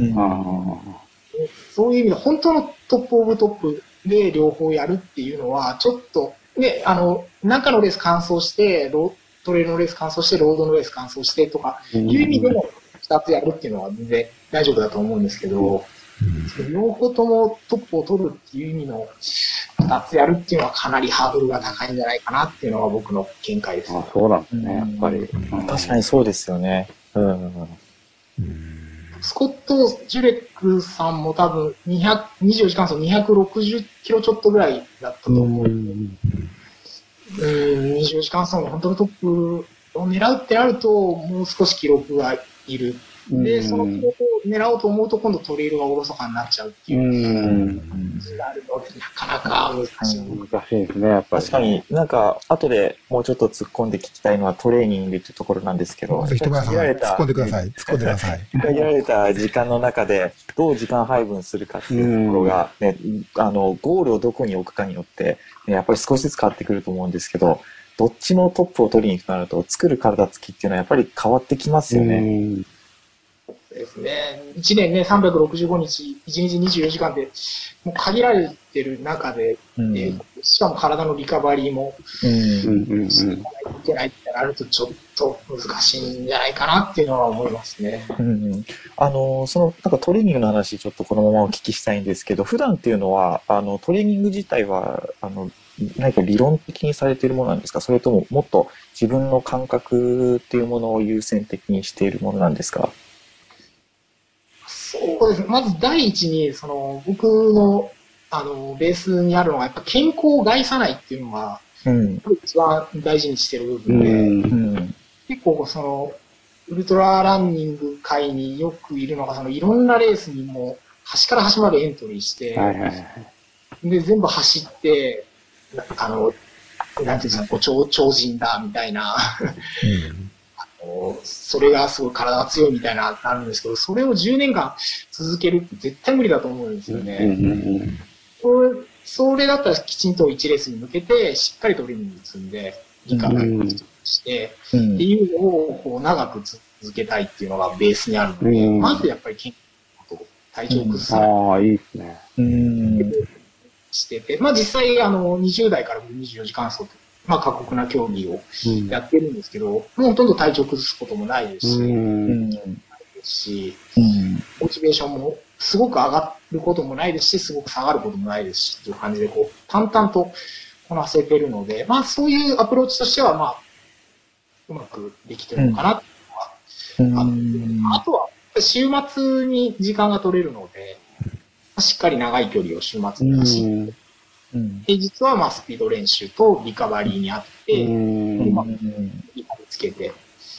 そういう意味で、本当のトップオブトップで両方やるっていうのは、ちょっと、ね、中のレース完走して、トレイルのレース完走して、ロードのレース完走してとか、いう意味でも2つやるっていうのは全然大丈夫だと思うんですけど、両方ともトップを取るっていう意味の2つやるっていうのはかなりハードルが高いんじゃないかなっていうのが僕の見解です。 そうなんですね、やっぱり。 確かにそうですよね。 スコット・ジュレックさんも多分24時間走260キロちょっとぐらいだったと思う。24時間走の本当のトップを狙うってなると、もう少し記録がいる。で、その記録を狙おうと思うと、今度トレイルがおろそかになっちゃうっていう感じがあるので、なかなか難しい。 難しいですね、やっぱり。 確かになんか、後でもうちょっと突っ込んで聞きたいのはトレーニングっていうところなんですけど、 人村さん、突っ込んでください。突っ込んでください。 限られた時間の中で、どう時間配分するかっていうところが、ね、ゴールをどこに置くかによって、ね、やっぱり少しずつ変わってくると思うんですけど、どっちもトップを取りに行くとなると、作る体つきっていうのはやっぱり変わってきますよね。 ですね。1年ね、365日、1日24時間で、もう限られてる中で、しかも体のリカバリーも、しないといけないってなると、ちょっと難しいんじゃないかなっていうのは思いますね。 なんかトレーニングの話、ちょっとこのままお聞きしたいんですけど、普段っていうのは、トレーニング自体は、何か理論的にされているものなんですか？それとももっと自分の感覚っていうものを優先的にしているものなんですか？ そうですね。まず第一に、僕の、ベースにあるのが、やっぱ健康を害さないっていうのが、一番大事にしてる部分で、結構ウルトラランニング界によくいるのが、いろんなレースにも、端から端までエントリーして、で、全部走って、なんていうんですか、超人だ、みたいな、それがすごい体が強いみたいな、あるんですけど、それを10年間続けるって絶対無理だと思うんですよね。それだったらきちんと1レースに向けて、しっかりトレーニング積んで、リカバリーして、っていうのをこう長く続けたいっていうのがベースにあるので、まずやっぱり健康と体調を崩さない。 いいですね。 してて、実際20代から24時間走と、過酷な競技をやってるんですけど、もうほとんど体調崩すこともないですし、モチベーションもすごく上がることもないですし、すごく下がることもないですし、という感じで、淡々とこなせてるので、そういうアプローチとしては、うまくできてるのかなっていうのは、あとは、週末に時間が取れるので、しっかり長い距離を週末に走って、平日はスピード練習とリカバリーにあって、リカバリーつけて、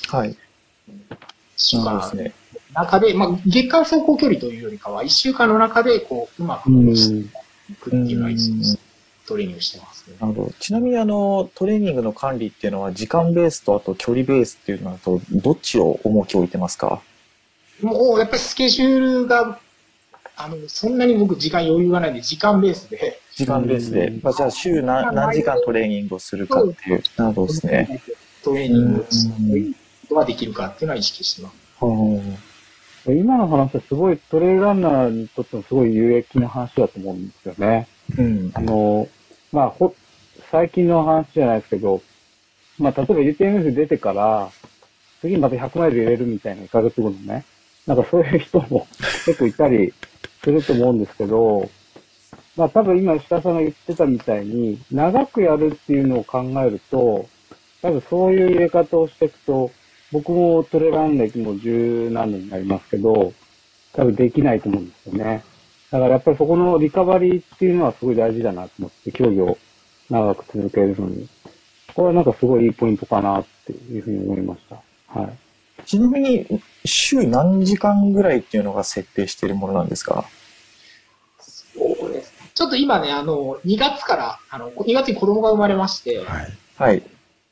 週間の中で、月間走行距離というよりかは、1週間の中でうまくしていくっていうのはトレーニングしてますね。 なるほど。ちなみにトレーニングの管理っていうのは、時間ベースとあと距離ベースっていうのだと、どっちを重きを置いてますか？ もうやっぱりスケジュールが、そんなに僕時間余裕がないんで、時間ベースで。 時間ベースで。じゃあ週何時間トレーニングをするかっていう。なるほどですね。 トレーニングをすることができるかっていうのは意識してます。 今の話はすごいトレイルランナーにとってもすごい有益な話だと思うんですよね。最近の話じゃないですけど、例えば UTMF 出てから、次また100マイル入れるみたいな1ヶ月後のね、なんかそういう人も結構いたりすると思うんですけど、多分今石田さんが言ってたみたいに、長くやるっていうのを考えると、多分そういう入れ方をしていくと、僕もトレラン歴も十何年になりますけど、多分できないと思うんですよね。だからやっぱりそこのリカバリーっていうのはすごい大事だなと思って、競技を長く続けるのに。 これはなんかすごいいいポイントかなっていうふうに思いました。はい。 ちなみに、週何時間ぐらいっていうのが設定しているものなんですか？ そうです。ちょっと今ね、2月から、2月に子供が生まれまして、 はい。 はい。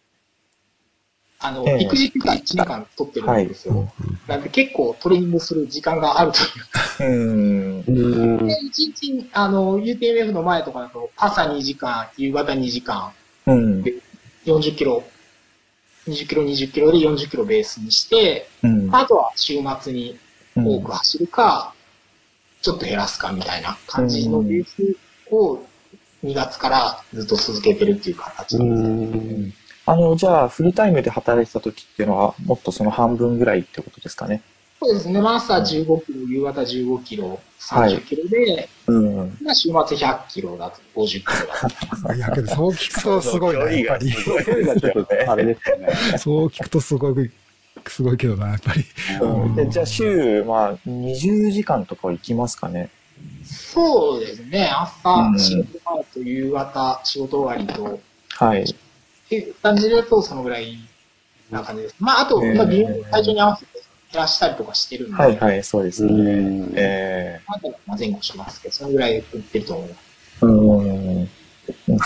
育児休暇1年間取ってるんですよ。なんで結構トレーニングする時間があるというか。で、1日、UTMF の前とかだと、朝2時間、夕方2時間、で40キロ、20キロ、20キロで40キロベースにして、あとは週末に多く走るか、ちょっと減らすかみたいな感じのベースを2月からずっと続けてるっていう形です。 じゃあ、フルタイムで働いてた時っていうのは、もっとその半分ぐらいってことですかね。 そうですね。朝15キロ、夕方15キロ、30キロで、週末100キロだと50キロだと。 いや、けどそう聞くとすごいな、やっぱり。 あれですよね。 そう聞くとすごいけどな、やっぱり。 じゃあ、週、20時間とかは行きますかね。 そうですね。朝、仕事前と夕方、仕事終わりと。 はい。 っていう感じだと、そのぐらいな感じです。あと、微妙に体調に合わせて減らしたりとかしてるんで。 はいはい、そうですね。 あとは前後しますけど、そのぐらい売ってると思います。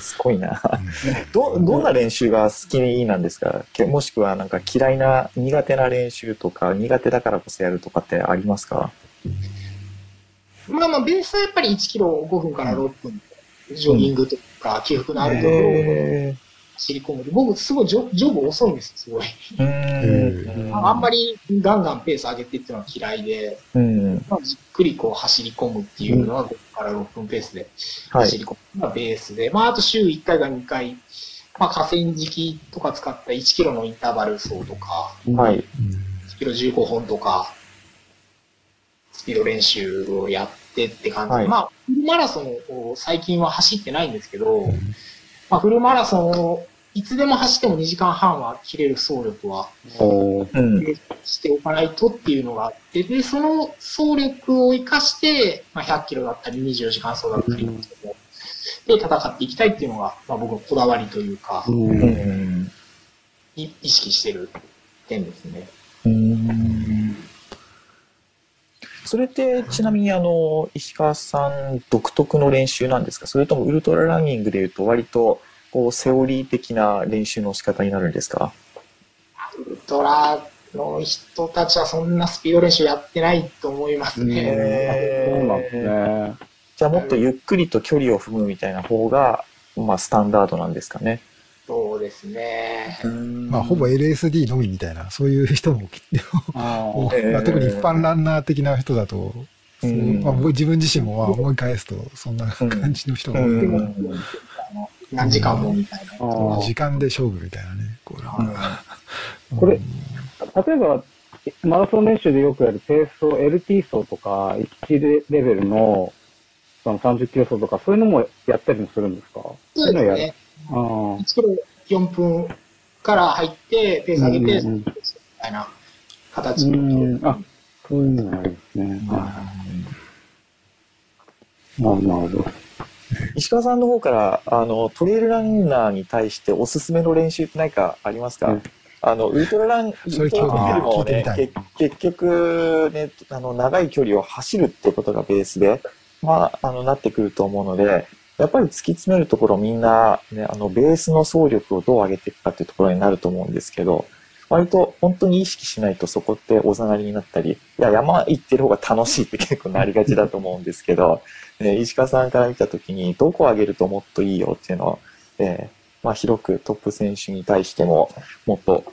すごいな。どんな練習が好きなんですか？もしくはなんか苦手な練習とか、苦手だからこそやるとかってありますか？ ベースはやっぱり1キロ5分から6分、ジョギングとか、起伏のあるところを走り込む。僕、すごいジョグ遅いんですよ、すごい。あんまりガンガンペース上げてっていうのは嫌いで、じっくりこう走り込むっていうのは5分から6分ペースで走り込むのがベースで、あと週1回か2回、河川敷とか使った1キロのインターバル走とか、1キロ15本とか、スピード練習をやってって感じで、フルマラソンを最近は走ってないんですけど、フルマラソンをいつでも走っても2時間半は切れる走力は、しておかないとっていうのがあって、で、その走力を生かして、100キロだったり24時間走だったりで戦っていきたいっていうのが、僕のこだわりというか、意識してる点ですね。 それってちなみに石川さん独特の練習なんですか？それともウルトラランニングでいうと割とこうセオリー的な練習の仕方になるんですか？ ウルトラの人たちはそんなスピード練習やってないと思いますね。 そうなんですね。 じゃあもっとゆっくりと距離を踏むみたいな方が、スタンダードなんですかね。 そうですね。 ほぼ LSD のみみたいな、そういう人も特に一般ランナー的な人だと、自分自身も思い返すと、そんな感じの人が多い。 何時間もみたいな。 時間で勝負みたいなね。 これ、例えば、マラソン練習でよくやる低走、LT 走とか、1レベルのその30キロ走とか、そういうのもやったりもするんですか？ そうですね。1キロ4分から入って、ペース上げて、みたいな形に。 そういうのがあるんですね。なるほど。 石川さんの方からトレイルランナーに対しておすすめの練習って何かありますか？ウルトララン、もね、結局ね、長い距離を走るってことがベースで、なってくると思うので、やっぱり突き詰めるところみんな、ね、ベースの走力をどう上げていくかっていうところになると思うんですけど、割と本当に意識しないとそこっておざなりになったり、いや、山行ってる方が楽しいって結構なりがちだと思うんですけど、石川さんから見たときに、どこを上げるともっといいよっていうのを、広くトップ選手に対しても、もっと、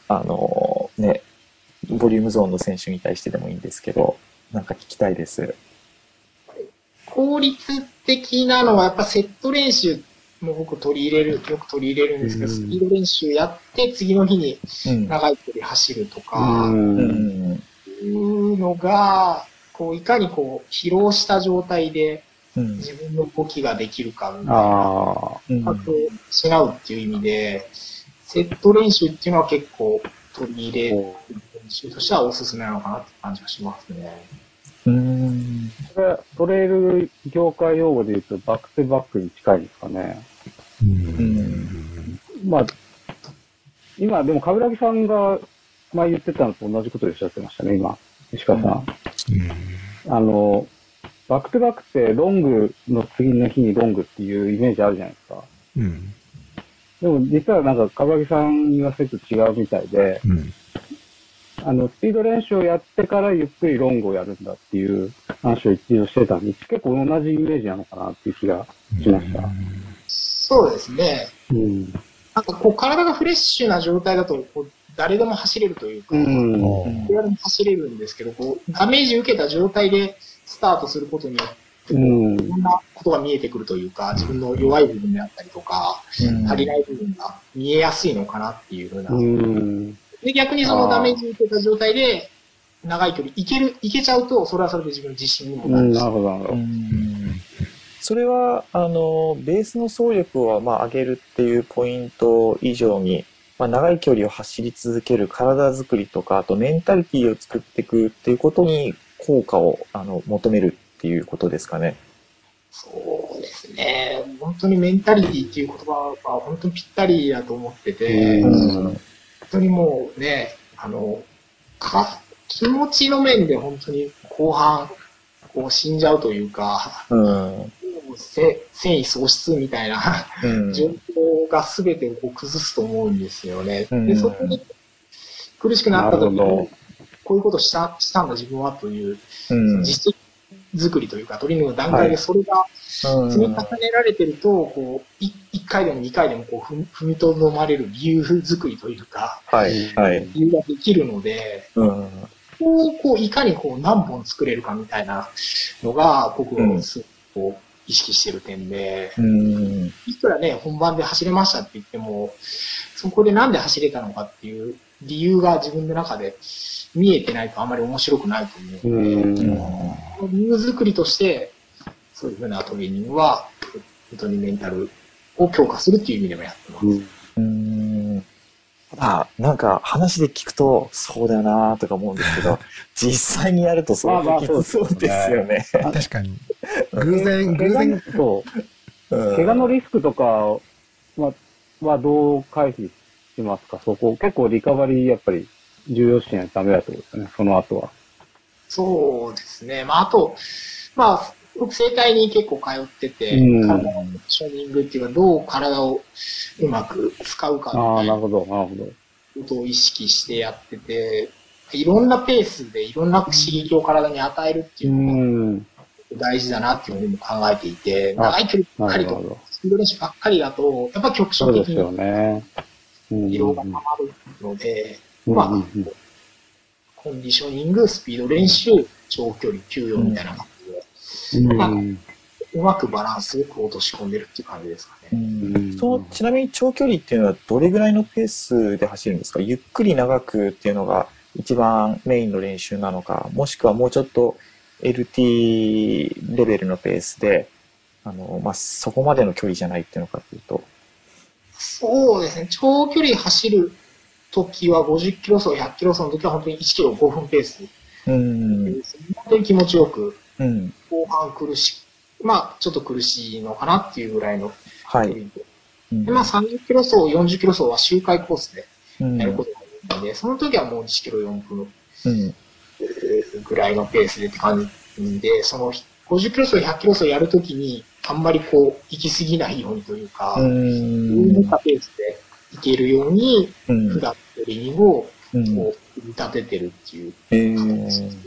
ボリュームゾーンの選手に対してでもいいんですけど、なんか聞きたいです。 効率的なのはやっぱセット練習も僕よく取り入れるんですけど、スピード練習やって次の日に長い距離走るとか、いうのが、いかに疲労した状態で自分の動きができるかみたいな、感覚を失うっていう意味で、セット練習っていうのは結構取り入れる練習としてはおすすめなのかなって感じがしますね。 これトレイル業界用語で言うとバックトゥバックに近いですかね。 まあ、今、でも、冠城さんが前言ってたのと同じことをおっしゃってましたね、今、石川さん。バックトゥバックってロングの次の日にロングっていうイメージあるじゃないですか。でも実はなんか冠城さんに言わせると違うみたいで、スピード練習をやってからゆっくりロングをやるんだっていう話を一度してたんで、結構同じイメージなのかなっていう気がしました。 そうですね。なんかこう体がフレッシュな状態だとこう誰でも走れるというか、誰でも走れるんですけど、こうダメージ受けた状態でスタートすることによって、いろんなことが見えてくるというか、自分の弱い部分であったりとか、足りない部分が見えやすいのかなっていうふうな。で、逆にそのダメージ受けた状態で、長い距離いけちゃうと、それはそれで自分の自信にもなるし。 なるほど、なるほど。 それは、ベースの走力を上げるっていうポイント以上に、長い距離を走り続ける体作りとか、あとメンタリティを作っていくっていうことに効果を求めるっていうことですかね。 そうですね。本当にメンタリティっていう言葉は本当にぴったりだと思ってて、本当にもうね、気持ちの面で本当に後半、こう死んじゃうというか、戦意喪失みたいな、状況が全てをこう崩すと思うんですよね。で、そこに苦しくなった時に、こういうことしたんだ自分はという、実績作りというか、トレーニングの段階でそれが積み重ねられてると、こう、1回でも2回でもこう踏みとどまれる理由作りというか、理由ができるので、こういかにこう何本作れるかみたいなのが、僕はすごくこう意識してる点で、いくらね、本番で走れましたって言っても、そこでなんで走れたのかっていう理由が自分の中で見えてないとあまり面白くないと思うので、理由作りとして、そういうふうなトレーニングは、本当にメンタルを強化するっていう意味でもやってます。 なんか話で聞くとそうだよなとか思うんですけど、実際にやるとそうですよね。 確かに。偶然と、怪我のリスクとかはどう回避しますか？そこ、結構リカバリーやっぱり重要視しないとダメだと思うんですよね、その後は。 そうですね。あと、僕整体に結構通ってて、体のコンディショニングっていうか、どう体をうまく使うかっていうことを意識してやってて、いろんなペースでいろんな刺激を体に与えるっていうのが大事だなっていうふうにも考えていて、長い距離ばっかりと、スピード練習ばっかりだと、やっぱ局所的に疲労が溜まるので、コンディショニング、スピード練習、長距離、休養みたいな感じで、うまくバランスよく落とし込んでるっていう感じですかね。 ちなみに長距離っていうのはどれぐらいのペースで走るんですか？ゆっくり長くっていうのが一番メインの練習なのか、もしくはもうちょっと LT レベルのペースで、そこまでの距離じゃないっていうのかっていうと。 そうですね。長距離走る時は50キロ走、100キロ走の時は本当に1キロ5分ペース。本当に気持ちよく、後半ちょっと苦しいのかなっていうぐらいの距離で。で30キロ走、40キロ走は周回コースでやることが多いので、その時はもう1キロ4分ぐらいのペースでって感じで、その50キロ走、100キロ走やるときに、あんまりこう、行き過ぎないようにというか、緩めたペースで行けるように、普段トレーニングをこう、組み立ててるっていう感じです。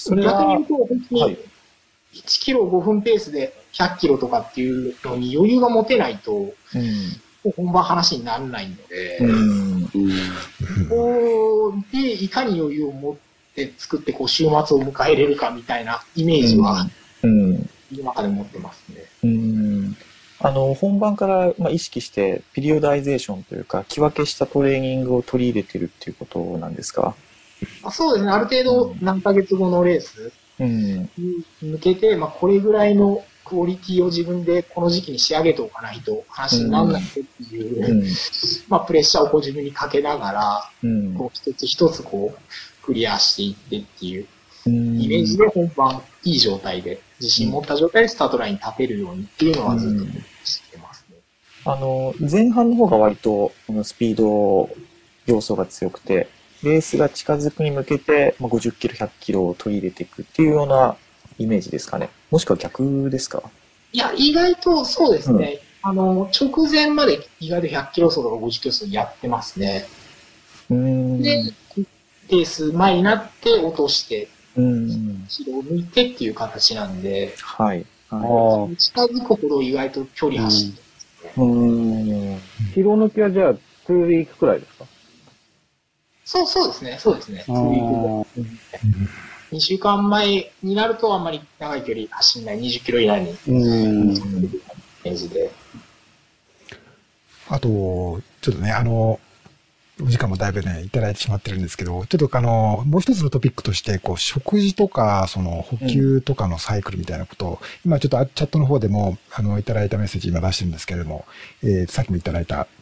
逆に言うと、本当に1キロ5分ペースで100キロとかっていうのに余裕が持てないと、本番話にならないので、で、いかに余裕を持って作ってこう週末を迎えれるかみたいなイメージは、今で持ってますね。 本番から意識してピリオダイゼーションというか、木分けしたトレーニングを取り入れてるっていうことなんですか？ そうですね。ある程度何ヶ月後のレースに向けて、これぐらいのクオリティを自分でこの時期に仕上げておかないと話にならないっていう、プレッシャーをこう自分にかけながら、こう一つ一つこうクリアしていってっていうイメージで本番いい状態で、自信持った状態でスタートラインに立てるようにっていうのはずっとしてますね。 前半の方が割とスピード要素が強くて、レースが近づくに向けて50キロ、100キロを取り入れていくっていうようなイメージですかね。もしくは逆ですか？ いや、意外とそうですね。直前まで意外と100キロ走とか50キロ走やってますね。で、レース前になって落として、後ろを向いてっていう形なんで、 はい。 近づくほど意外と距離走ってますね。 疲労抜きはじゃあ、2ウィークくらいですか？ そうですね。2ウィーク。2週間前になるとあんまり長い距離走んない20キロ以内に。イメージで。 あと、ちょっとね、お時間もだいぶね、いただいてしまってるんですけど、ちょっともう一つのトピックとして、食事とか、補給とかのサイクルみたいなことを、今ちょっとチャットの方でも、いただいたメッセージ今出してるんですけれども、さっきもいただいた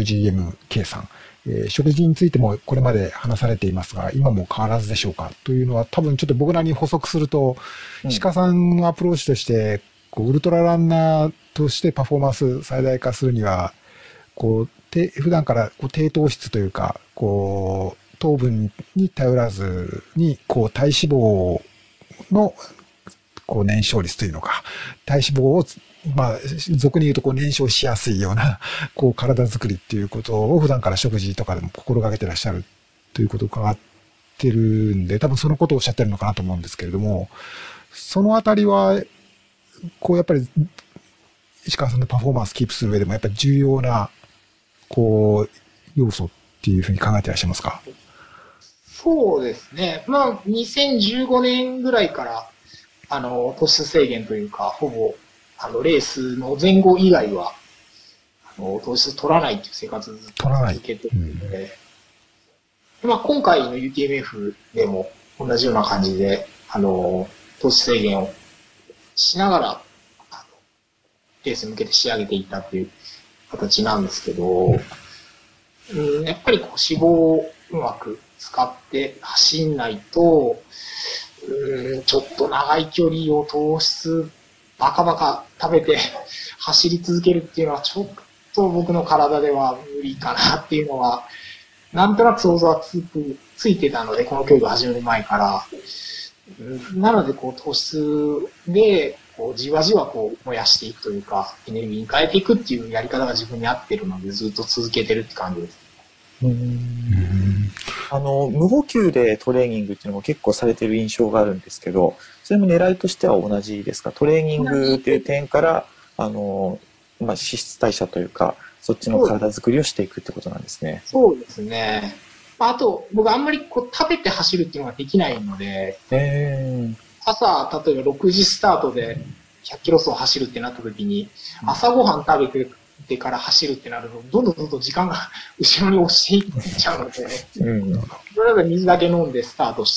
WGMK さん、食事についてもこれまで話されていますが、今も変わらずでしょうかというのは、多分ちょっと僕らに補足すると、鹿さんのアプローチとして、ウルトラランナーとしてパフォーマンス最大化するには、普段から低糖質というか、糖分に頼らずに、体脂肪の、燃焼率というのか、体脂肪を、俗に言うと燃焼しやすいような、体作りっていうことを普段から食事とかでも心がけてらっしゃるということを伺ってるんで、多分そのことをおっしゃってるのかなと思うんですけれども、そのあたりは、やっぱり、石川さんのパフォーマンスキープする上でもやっぱり重要な、要素っていうふうに考えていらっしゃいますか？ そうですね。2015年ぐらいから、糖質制限というか、ほぼ、レースの前後以外は、糖質取らないっていう生活を続けてるので、今回の UTMF でも同じような感じで、糖質制限をしながら、レースに向けて仕上げていったっていう形なんですけど、やっぱり脂肪をうまく使って走んないと、ちょっと長い距離を糖質バカバカ食べて走り続けるっていうのはちょっと僕の体では無理かなっていうのは、なんとなく想像はついてたので、この競技を始める前から。なので、糖質で、じわじわ燃やしていくというか、エネルギーに変えていくっていうやり方が自分に合ってるので、ずっと続けてるって感じです。 無補給でトレーニングっていうのも結構されてる印象があるんですけど、それも狙いとしては同じですか？トレーニングっていう点から、脂質代謝というか、そっちの体作りをしていくってことなんですね。 そうですね。あと、僕あんまり食べて走るっていうのができないので、朝、例えば6時スタートで100キロ走走るってなった時に、朝ごはん食べてから走るってなると、どんどん時間が後ろに押していっちゃうので、それで水だけ飲んでスタートして、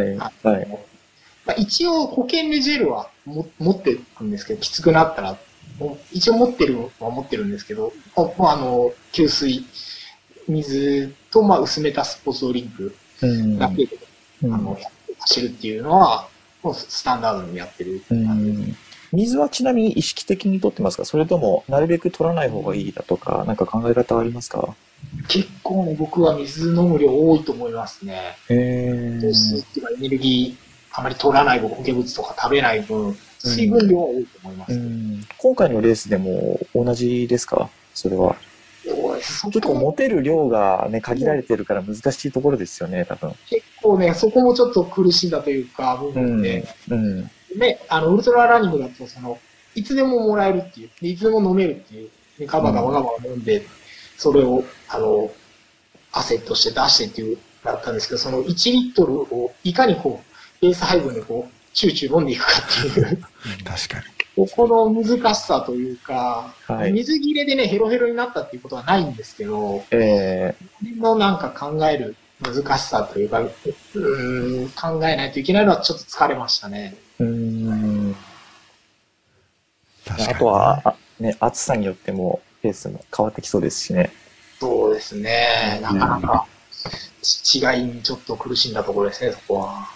一応保険でジェルは持ってるんですけど、きつくなったら、一応持ってるんですけど、給水、水と薄めたスポーツドリンクだけで、走るっていうのは、もうスタンダードにやってる感じです。 水はちなみに意識的に取ってますか？それともなるべく取らない方がいいだとか、なんか考え方ありますか？ 結構ね、僕は水飲む量多いと思いますね。糖質っていうかエネルギーあまり取らない分、固形物とか食べない分、水分量は多いと思います。 今回のレースでも同じですか？それは。結構持てる量がね、限られてるから難しいところですよね、多分。 結構ね、そこもちょっと苦しんだというか、部分で。で、ウルトラランニングだと、いつでももらえるっていう、いつでも飲めるっていう、でガバガバ飲んで、それを、アセットして出してっていう、だったんですけど、その1リットルをいかにペース配分でチューチュー飲んでいくかっていう。 確かに。 この難しさというか、水切れでね、ヘロヘロになったっていうことはないんですけど、のなんか考える難しさというか、考えないといけないのはちょっと疲れましたね。 あとは、ね、暑さによってもペースも変わってきそうですしね。 そうですね。なかなか違いにちょっと苦しんだところですね、そこは。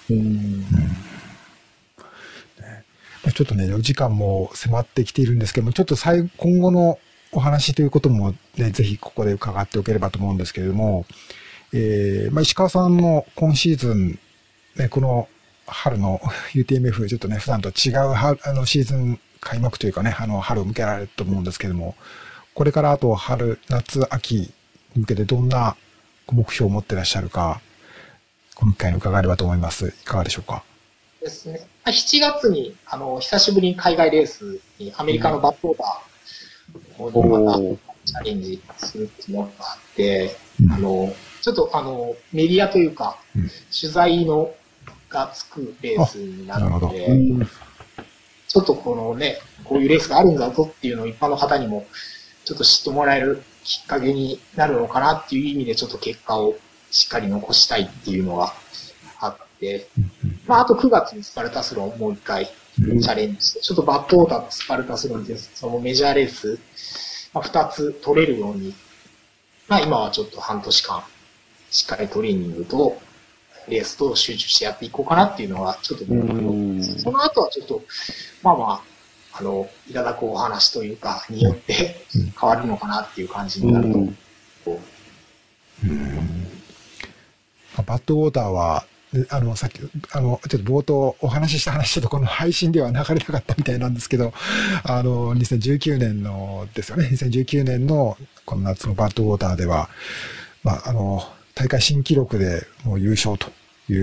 ちょっとね、お時間も迫ってきているんですけども、ちょっと今後のお話ということもね、ぜひここで伺っておければと思うんですけれども、石川さんの今シーズン、ね、この春の UTMF、ちょっとね、普段と違うシーズン開幕というかね、春を向けられると思うんですけれども、これからあと春、夏、秋に向けてどんな目標を持ってらっしゃるか、この機会に伺えればと思います。いかがでしょうか。 ですね。7月に、久しぶりに海外レースにアメリカのバッドオーダーにまたチャレンジするっていうのがあって、ちょっとメディアというか、取材がつくレースになるので、ちょっとこのね、こういうレースがあるんだぞっていうのを一般の方にもちょっと知ってもらえるきっかけになるのかなっていう意味でちょっと結果をしっかり残したいっていうのがあって、あと9月にスパルタスロンをもう一回チャレンジして、ちょっとバッドオーダーとスパルタスロンでそのメジャーレース、2つ取れるように、今はちょっと半年間しっかりトレーニングとレースと集中してやっていこうかなっていうのがちょっと、その後はちょっと、いただくお話というか、によって変わるのかなっていう感じになると。 バッドウォーターは、さっき、ちょっと冒頭お話しした話、ちょっとこの配信では流れなかったみたいなんですけど、2019年のですよね、2019年のこの夏のバッドウォーターでは、大会新記録でもう優勝という、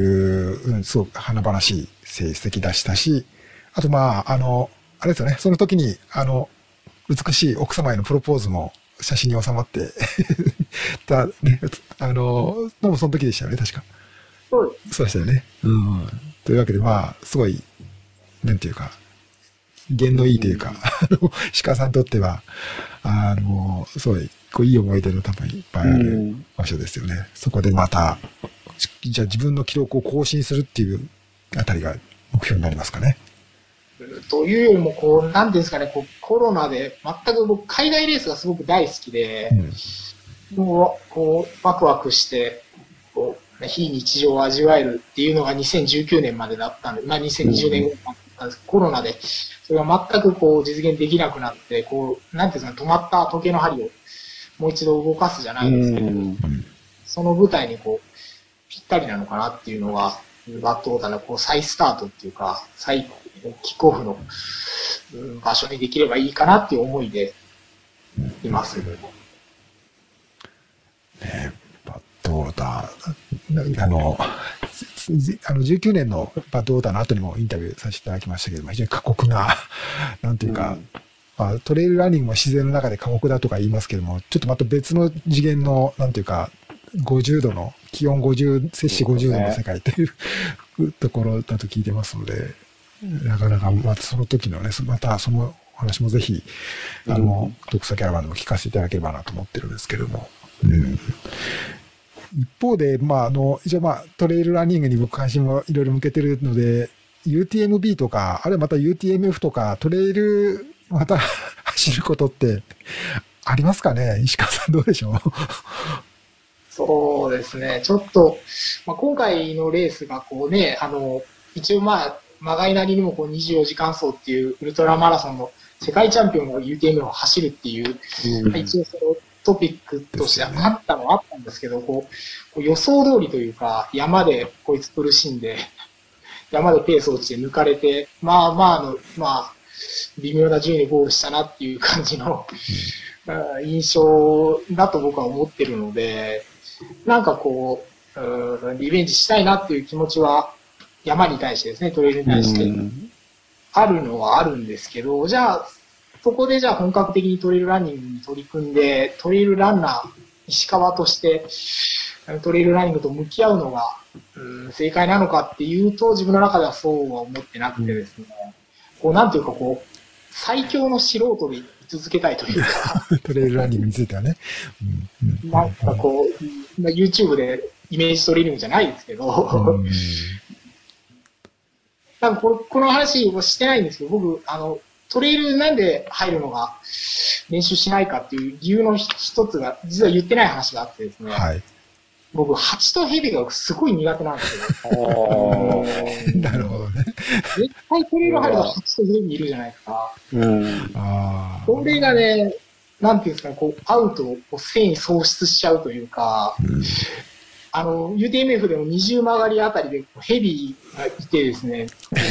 すごく華々しい成績出したし、あとあれですよね、その時に、美しい奥様へのプロポーズも写真に収まってた、ね、もその時でしたよね、確か。そうでしたよね。というわけで、すごい、なんていうか、弦のいいというか、鹿さんにとっては、すごい、いい思い出の多分いっぱいある場所ですよね。そこでまた、じゃあ自分の記録を更新するっていうあたりが目標になりますかね。 というよりも、なんていうんですかね、コロナで、全く僕、海外レースがすごく大好きで、もう、ワクワクして、非日常を味わえるっていうのが2019年までだったんで、2020年後だったんですけど、コロナで、それが全く実現できなくなって、なんていうんですかね、止まった時計の針をもう一度動かすじゃないですけど、その舞台にぴったりなのかなっていうのが、バッドオーダーの再スタートっていうか、キックオフの場所にできればいいかなっていう思いでいます。 バッドオーダー、19年のバッドオーダーの後にもインタビューさせていただきましたけども、非常に過酷な、なんていうか、トレイルランニングも自然の中で過酷だとか言いますけども、ちょっとまた別の次元の、なんていうか、50度の、気温摂氏50度の世界というところだと聞いてますので、なかなか、その時のね、またその話もぜひ、読者キャラバンでも聞かせていただければなと思ってるんですけれども。一方で、一応トレイルランニングに僕関心もいろいろ向けてるので、UTMB とか、あるいはまた UTMF とか、トレイル、また走ることってありますかね？石川さんどうでしょう？ そうですね。ちょっと、今回のレースが一応まがいなりにも24時間走っていうウルトラマラソンの世界チャンピオンが UTMF を走るっていう、一応そのトピックとしてあったんですけど、予想通りというか、山でこいつ苦しんで、山でペース落ちて抜かれて、微妙な順位でゴールしたなっていう感じの印象だと僕は思ってるので、リベンジしたいなっていう気持ちは山に対してですね、トレイルに対してあるのはあるんですけど、じゃあ、そこで本格的にトレイルランニングに取り組んで、トレイルランナー、石川としてトレイルランニングと向き合うのが、正解なのかっていうと、自分の中ではそうは思ってなくてですね、なんていうか最強の素人で居続けたいというか、 トレイルランニングについてはね。 YouTube でイメージトレーニングじゃないですけど、この話をしてないんですけど、僕、トレイルなんで入るのが練習しないかっていう理由の一つが、実は言ってない話があってですね、僕、蜂と蛇がすごい苦手なんですよ。 なるほどね。 絶対トレイル入ると蜂と蛇いるじゃないですか。これがね、 なんていうんですかね、こう、会うとこう繊維喪失しちゃうというか、UTMF でも20曲がりあたりでヘビがいてですね、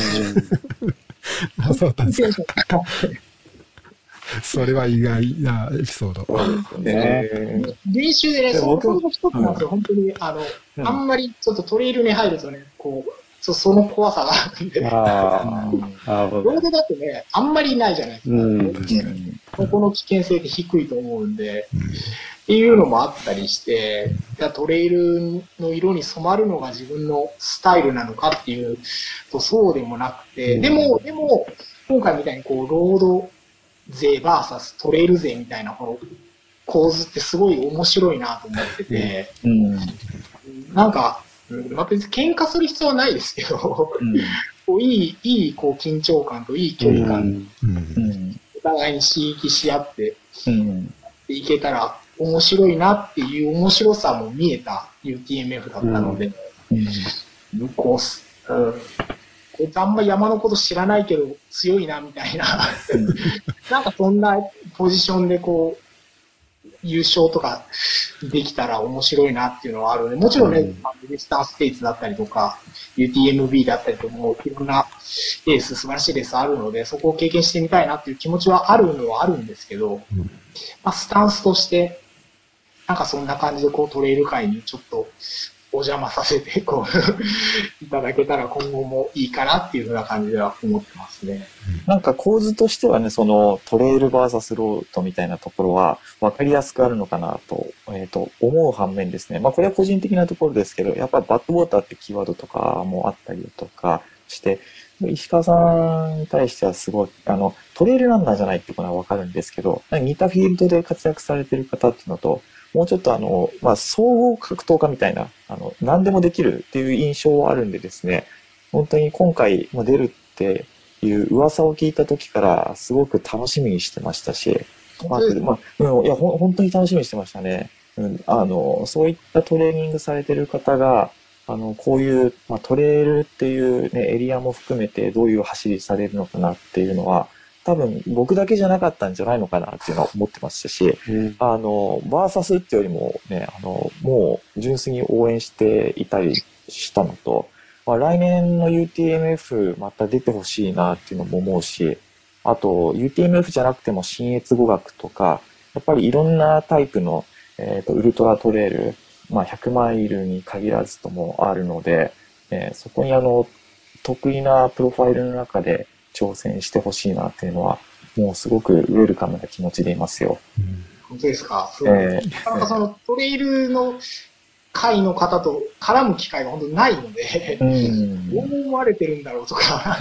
あ、そうだったんですか。 テンションが高くてそれは意外なエピソード。 練習でね、そ僕の一つなんですよ、本当に、あんまりちょっとトレイルに入るとね、こう、その怖さがあるんで、 ああ、なるほど。 ロードだとね、あんまりないじゃないですか。 うんここの危険性って低いと思うんで、っていうのもあったりして、トレイルの色に染まるのが自分のスタイルなのかっていうとそうでもなくて、でも、今回みたいにこう、ロード勢 VS トレイル勢みたいなこの構図ってすごい面白いなと思ってて、なんか、まあ、別に喧嘩する必要はないですけど、こういいこう緊張感といい距離感、お互いに刺激し合っていけたら面白いなっていう面白さも見えた UTMF だったので、こいつあんま山のこと知らないけど強いなみたいな、なんかそんなポジションでこう、優勝とかできたら面白いなっていうのはあるので、もちろんね、ウェスタンステイツだったりとか、UTMB だったりとか、もういろんなレース、素晴らしいレースあるので、そこを経験してみたいなっていう気持ちはあるのはあるんですけど、まあ、スタンスとして、なんかそんな感じでこうトレイル界にちょっとお邪魔させてこういただけたら今後もいいかなっていうふうな感じでは思ってますね。 なんか構図としてはね、そのトレイル VS ロードみたいなところは分かりやすくあるのかなと、思う反面ですね。まあこれは個人的なところですけど、やっぱりバッドウォーターってキーワードとかもあったりとかして、石川さんに対してはすごい、トレイルランナーじゃないってことは分かるんですけど、似たフィールドで活躍されてる方っていうのと、もうちょっとまあ、総合格闘家みたいな、何でもできるっていう印象はあるんでですね、本当に今回も出るっていう噂を聞いた時からすごく楽しみにしてましたし、いや、本当に楽しみにしてましたね。そういったトレーニングされてる方が、こういう、まあ、トレイルっていうね、エリアも含めてどういう走りされるのかなっていうのは、多分僕だけじゃなかったんじゃないのかなっていうのは思ってましたし、バーサスってよりもね、もう純粋に応援していたりしたのと、まあ、来年の UTMF また出てほしいなっていうのも思うし、あと UTMF じゃなくても信越語学とか、やっぱりいろんなタイプの、ウルトラトレイル、まあ、100マイルに限らずともあるので、そこに得意なプロファイルの中で挑戦してほしいなっていうのは、もうすごくウェルカムな気持ちでいますよ。 本当ですか。なんかそのトレイルの会の方と絡む機会が本当にないので、どう思われてるんだろうとか、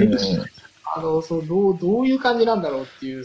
どういう感じなんだろうっていう、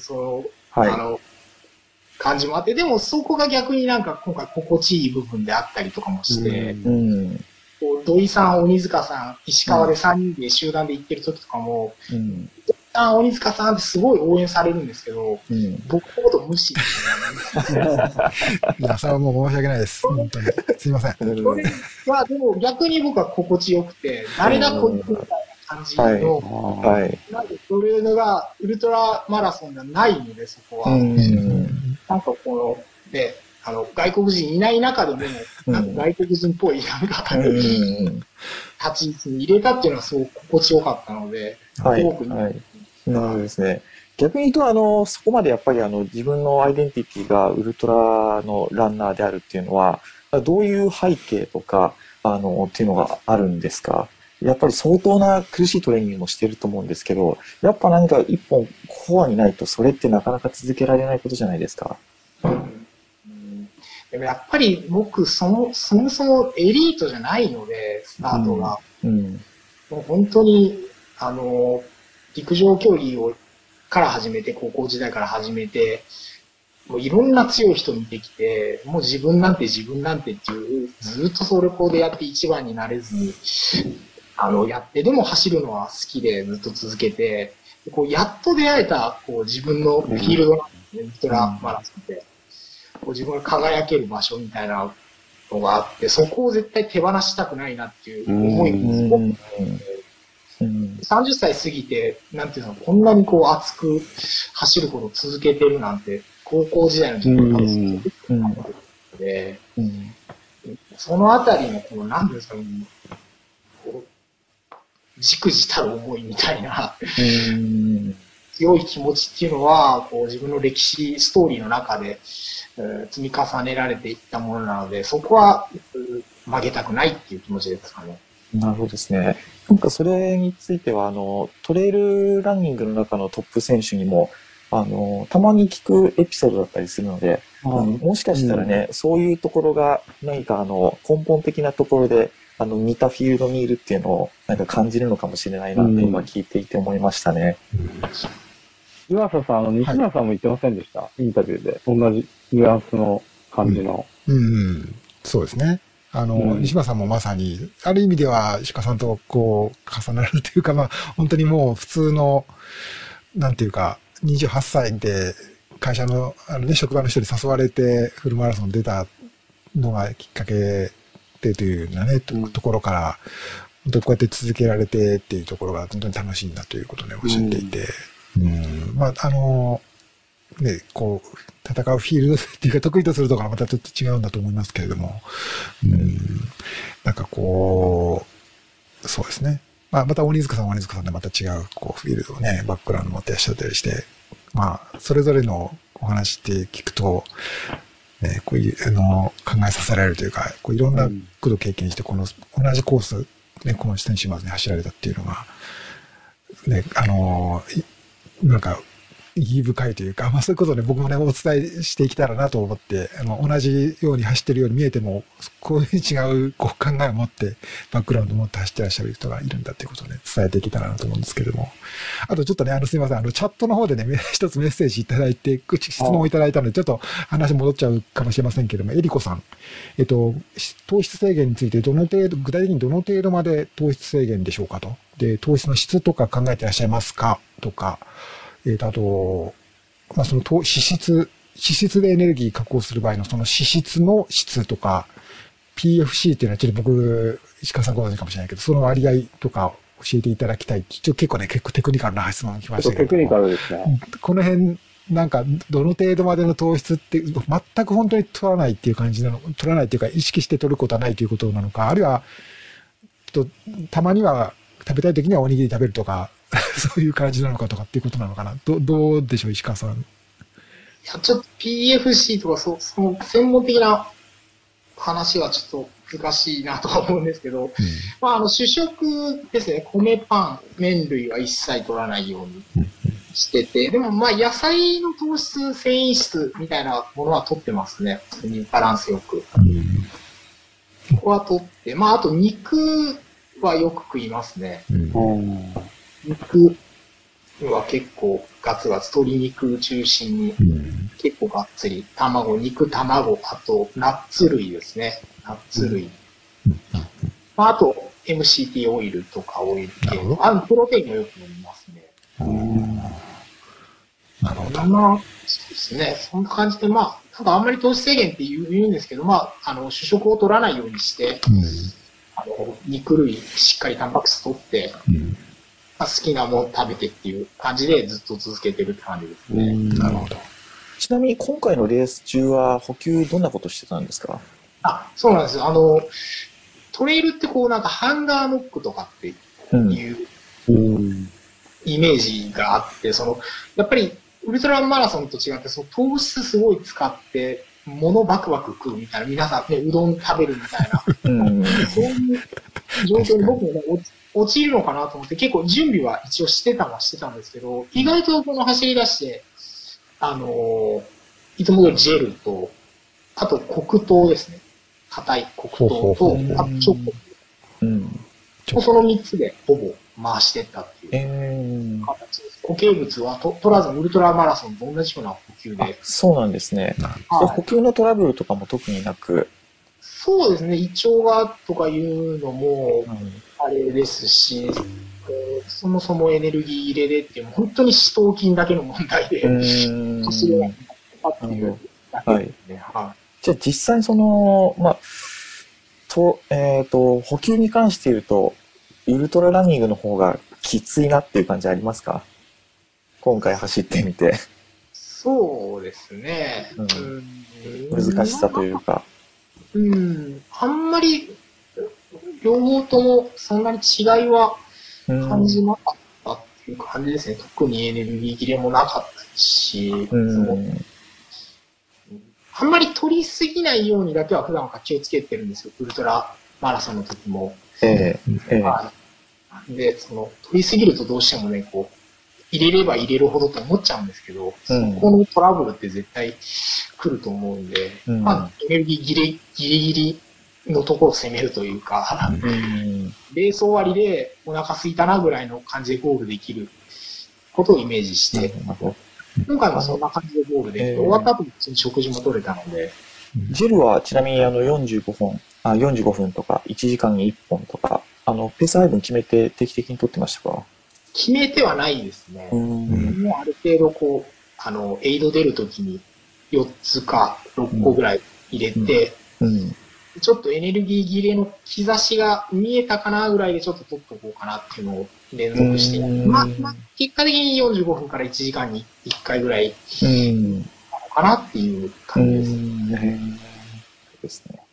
感じもあって、でもそこが逆になんか今回心地いい部分であったりとかもして、土井さん、鬼塚さん、石川で3人で集団で行ってる時とかも、鬼塚さんってすごい応援されるんですけど、僕のこと無視ですね。 いや、それはもう申し訳ないです。本当に。すいません。 それはでも逆に僕は心地よくて、誰だこいつみたいな感じの、なんでそれがウルトラマラソンがないので、そこは。なんかこの、で、外国人いない中でも、なんか外国人っぽい、なんか、立ち位置に入れたっていうのはすごく心地よかったので、すごくいい。 なるほどですね。逆に言うと、そこまでやっぱり自分のアイデンティティがウルトラのランナーであるっていうのは、どういう背景とか、っていうのがあるんですか？やっぱり相当な苦しいトレーニングもしてると思うんですけど、やっぱ何か一本コアにないとそれってなかなか続けられないことじゃないですか。 でもやっぱり僕そもそもエリートじゃないので、スタートが。もう本当に、陸上競技から始めて、高校時代から始めて、もういろんな強い人見てきて、もう自分なんてっていう、ずっとそれこでやって一番になれずに、やって、でも走るのは好きでずっと続けて、こうやっと出会えた、こう自分のフィールドなんですね、ウルトラマラソンで。こう自分が輝ける場所みたいなのがあって、そこを絶対手放したくないなっていう思いもすごく30歳過ぎて、なんていうの、こんなにこう熱く走ることを続けてるなんて、 高校時代の時にで、そのあたりの、この、なんですかね、じくじたる思いみたいな、強い気持ちっていうのは、こう自分の歴史、ストーリーの中で、積み重ねられていったものなので、そこは曲げたくないっていう気持ちですかね。 なるほどですね。なんかそれについては、トレイルランニングの中のトップ選手にも、たまに聞くエピソードだったりするので、もしかしたらね、そういうところが何か根本的なところで、似たフィールドにいるっていうのをなんか感じるのかもしれないなって今聞いていて思いましたね。 岩佐さん、西村さんも言ってませんでした、インタビューで。同じニュアンスの感じの。 そうですね。西村さんもまさに、ある意味では石川さんとこう重なるというか、まあ本当にもう普通の、なんていうか、28歳で会社の、職場の人に誘われてフルマラソン出たのがきっかけでというようなね、ところから、本当にこうやって続けられてっていうところが本当に楽しいんだということをね、おっしゃっていて、まあ、ね、こう、戦うフィールドっていうか得意とするところはまたちょっと違うんだと思いますけれども、なんかこう、そうですね。まあ、また鬼塚さんは鬼塚さんでまた違う、こう、フィールドをね、バックグラウンド持ってらっしゃったりして、まあ、それぞれのお話って聞くと、ね、こういう、考えさせられるというか、こういろんなことを経験して、この同じコース、ね、この選手まで走られたっていうのが、ね、なんか、意義深いというか、まあそういうことをね、僕もね、お伝えしていけたらなと思って、同じように走ってるように見えても、こういう違うこう考えを持って、バックグラウンドを持って走ってらっしゃる人がいるんだっていうことをね、伝えていけたらなと思うんですけれども。あとちょっとね、すいません、チャットの方でね、一つメッセージいただいて、質問をいただいたので、ちょっと話戻っちゃうかもしれませんけれども、エリコさん、糖質制限について具体的にどの程度まで糖質制限でしょうかと。で、糖質の質とか考えていらっしゃいますかとか、あと、まあ、その脂質でエネルギー確保する場合のその脂質の質とか、PFC っていうのはちょっと僕、石川さんご存知かもしれないけど、その割合とか教えていただきたい。結構テクニカルな質問来ましたけど。 テクニカルですね。 この辺、なんか、どの程度までの糖質って、全く本当に取らないっていう感じなの、取らないっていうか、意識して取ることはないということなのか、あるいは、たまには食べたい時にはおにぎり食べるとか、そういう感じなのかとかっていうことなのかな。どうでしょう、石川さん。 いや、ちょっと PFC とかその専門的な話はちょっと難しいなとは思うんですけど、まあ、主食ですね、米パン、麺類は一切取らないようにしてて、でもまあ、野菜の糖質、繊維質みたいなものは取ってますね。普通にバランスよく。ここは取って、まあ、あと肉はよく食いますね。肉は結構ガツガツ、鶏肉中心に結構がっつり、肉、卵、あとナッツ類ですね。ナッツ類。まあ、あと MCT オイルとかオイル系。プロテインもよく飲みますね。 なるほど。 まあ、そうですね。そんな感じで、まあ、ただあんまり糖質制限って言うんですけど、まあ、主食を取らないようにして、肉類しっかりタンパク質取って、好きなもの食べてっていう感じでずっと続けてるって感じですね。 なるほど。 ちなみに今回のレース中は補給どんなことしてたんですか？ そうなんですよ。トレイルってこうなんかハンガーノックとかっていうイメージがあって、やっぱりウルトラマラソンと違って、糖質すごい使って、物バクバク食うみたいな、皆さんね、うどん食べるみたいな、そういう状況に僕もね、陥るのかなと思って、結構準備は一応してたんですけど、意外とこの走り出して、いつも通りジェルと、あと黒糖ですね。硬い黒糖と、あとチョコ。その3つでほぼ回してったっていう形です。固形物は取らずウルトラマラソンと同じような補給で。 そうなんですね。補給のトラブルとかも特になく。 そうですね。胃腸がとかいうのもあれですし、そもそもエネルギー入れでっていう、本当に四頭筋だけの問題で走れなかったっていうだけですね。 じゃあ実際補給に関して言うと、ウルトラランニングの方がきついなっていう感じありますか？今回走ってみて。 そうですね。 難しさというか。 あんまり、両方ともそんなに違いは感じなかったっていう感じですね。特にエネルギー切れもなかったし、あんまり取りすぎないようにだけは普段から気をつけてるんですよ。ウルトラマラソンの時も。で、取りすぎるとどうしてもね、こう、入れれば入れるほどと思っちゃうんですけど、そこのトラブルって絶対来ると思うんで、エネルギーギリギリのところを攻めるというか、レース終わりでお腹空いたなぐらいの感じでゴールできることをイメージして、今回もそんな感じでゴールで、終わった後に食事も取れたので。 ジルはちなみに45分とか1時間に1本とか、ペース配分決めて定期的に取ってましたか？ 決めてはないですね。もうある程度こう、エイド出るときに4つか6個ぐらい入れて、ちょっとエネルギー切れの兆しが見えたかなぐらいでちょっと取っとこうかなっていうのを連続して、結果的に45分から1時間に1回ぐらいなのかなっていう感じです。 ですね。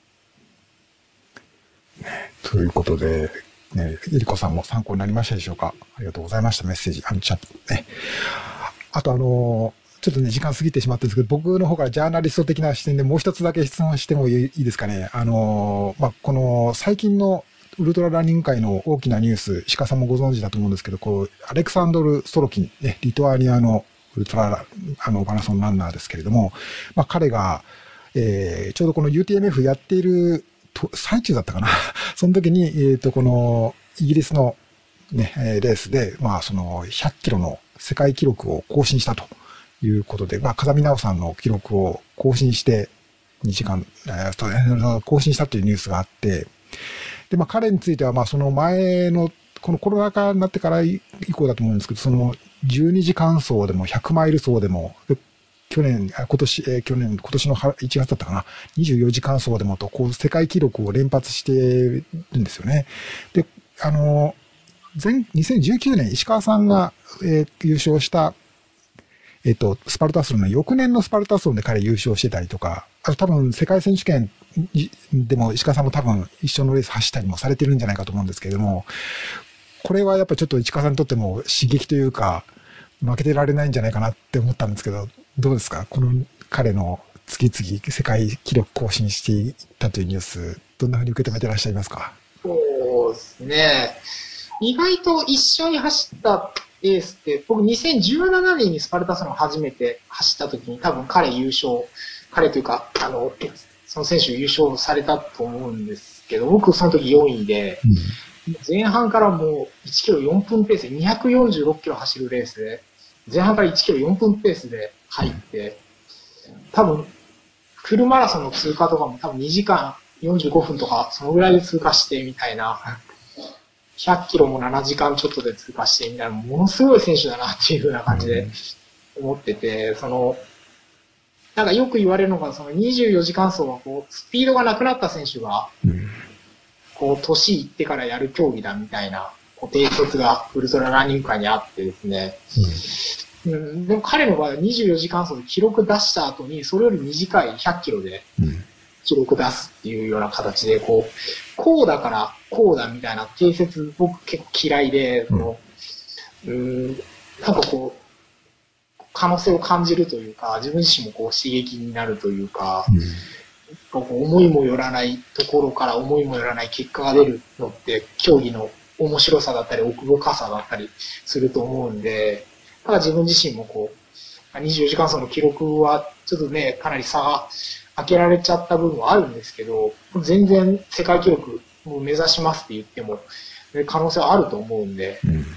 ということで、ね、えりこさんも参考になりましたでしょうか？ありがとうございました。メッセージ、チャットね。あとちょっとね、時間過ぎてしまったんですけど、僕の方からジャーナリスト的な視点でもう一つだけ質問してもいいですかね。この最近のウルトラランニング界の大きなニュース、鹿さんもご存知だと思うんですけど、アレクサンドル・ストロキン、ね、リトアニアのウルトラマラソンランナーですけれども、彼が、ちょうどこの UTMF やっている最中だったかな。その時に、このイギリスのね、レースで、その100キロの世界記録を更新したということで、風見直さんの記録を更新して、2時間、更新したというニュースがあって、で、彼については、その前の、このコロナ禍になってから以降だと思うんですけど、その12時間走でも100マイル走でも、今年の1月だったかな、24時間走でもと、世界記録を連発してるんですよね。で、2019年、石川さんが、優勝した、スパルタスロンの翌年のスパルタスロンで彼優勝してたりとか、あと多分世界選手権でも石川さんも多分一緒のレース走ったりもされてるんじゃないかと思うんですけれども、これはやっぱちょっと石川さんにとっても刺激というか、負けてられないんじゃないかなって思ったんですけど、どうですか？この彼の次々世界記録更新していったというニュース、どんなふうに受け止めていらっしゃいますか？ そうですね。意外と一緒に走ったレースって、僕2017年にスパルタスロン初めて走った時に多分彼というか、その選手優勝されたと思うんですけど、僕その時4位で、前半からもう1キロ4分ペースで246キロ走るレースで、前半から1キロ4分ペースで入って、多分、フルマラソンの通過とかも多分2時間45分とか、そのぐらいで通過してみたいな、100キロも7時間ちょっとで通過してみたいな、ものすごい選手だなっていう風な感じで思ってて、なんかよく言われるのが、その24時間走はスピードがなくなった選手が、年いってからやる競技だみたいな、定説がウルトラランニング界にあってですね、でも彼の場合は24時間走で記録出した後に、それより短い100キロで記録出すっていうような形で、こうだからこうだみたいな定説、僕結構嫌いで、なんか可能性を感じるというか、自分自身も刺激になるというか、思いもよらないところから思いもよらない結果が出るのって、競技の面白さだったり奥深さだったりすると思うんで、ただ自分自身も24時間走の記録はちょっとね、かなり差が開けられちゃった部分はあるんですけど、全然世界記録を目指しますって言っても可能性はあると思うんで、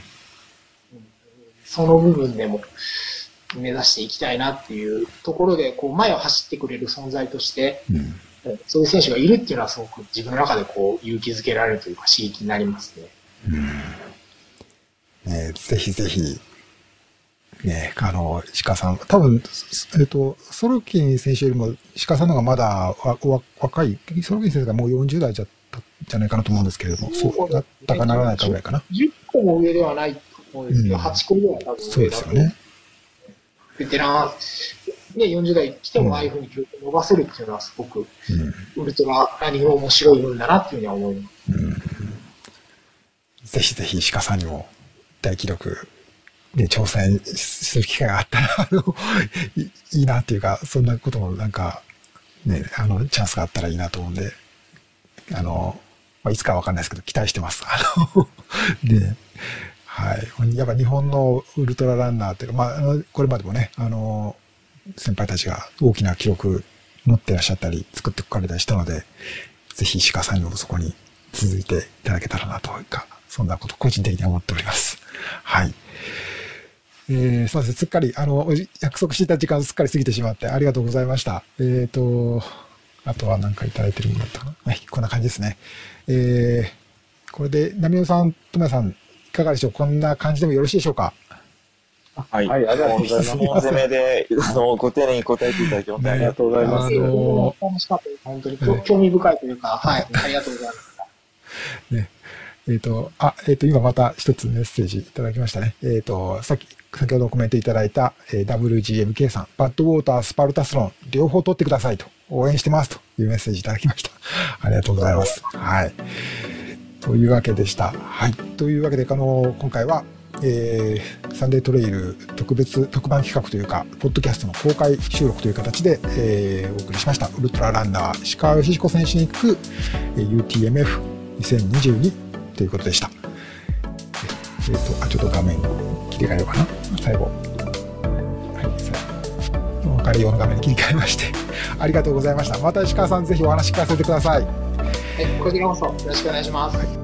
その部分でも目指していきたいなっていうところで、前を走ってくれる存在として、そういう選手がいるっていうのはすごく自分の中で勇気づけられるというか刺激になりますね。 ぜひぜひ、ね、鹿さん、多分、ソロキン選手よりも鹿さんの方がまだ若い、ソロキン選手がもう40代じゃないかなと思うんですけれども、そうだったかならないかぐらいかな。 10個も上ではないと思うんですけど、8個ぐらいは多分上だと。 そうですよね。 ベテラン、 ね、40代来てもああいうふうに記録を伸ばせるっていうのはすごく、ウルトラランニングの面白い部分だなっていうふうには思います。 ぜひぜひ石川さんにも大記録で挑戦する機会があったら、いいなっていうか、そんなこともなんか、ね、チャンスがあったらいいなと思うんで、いつかはわかんないですけど、期待してます。で、はい。やっぱ日本のウルトラランナーっていうか、これまでもね、先輩たちが大きな記録持ってらっしゃったり、作ってこられたりしたので、ぜひ石川さんにもそこに続いていただけたらなというか、そんなこと個人的に思っております。はい。すみません。すっかり、約束していた時間すっかり過ぎてしまってありがとうございました。あとは何かいただいてるものだったかな。はい、こんな感じですね。これで、ナミオさん、トメさん、いかがでしょう？こんな感じでもよろしいでしょうか？ はい。 はい、ありがとうございます。 質問攻めで、ご丁寧に答えていただきまして、ありがとうございます。 楽しかったです。本当に興味深いというか、はい、ありがとうございます。 ね。今また一つメッセージいただきましたね。先ほどコメントいただいた、WGMK さん、バッドウォーター、スパルタスロン、両方取ってくださいと、応援してますというメッセージいただきました。ありがとうございます。はい。というわけでした。はい。というわけで、今回は、サンデートレイル特番企画というか、ポッドキャストの公開収録という形で、お送りしました。ウルトラランナー、石川義彦選手に行く、UTMF2022 ということでした。ちょっと画面切り替えようかな。最後。はい。分かり用の画面に切り替えまして。ありがとうございました。また石川さん、ぜひお話聞かせてください。 はい、こちらこそよろしくお願いします。はい。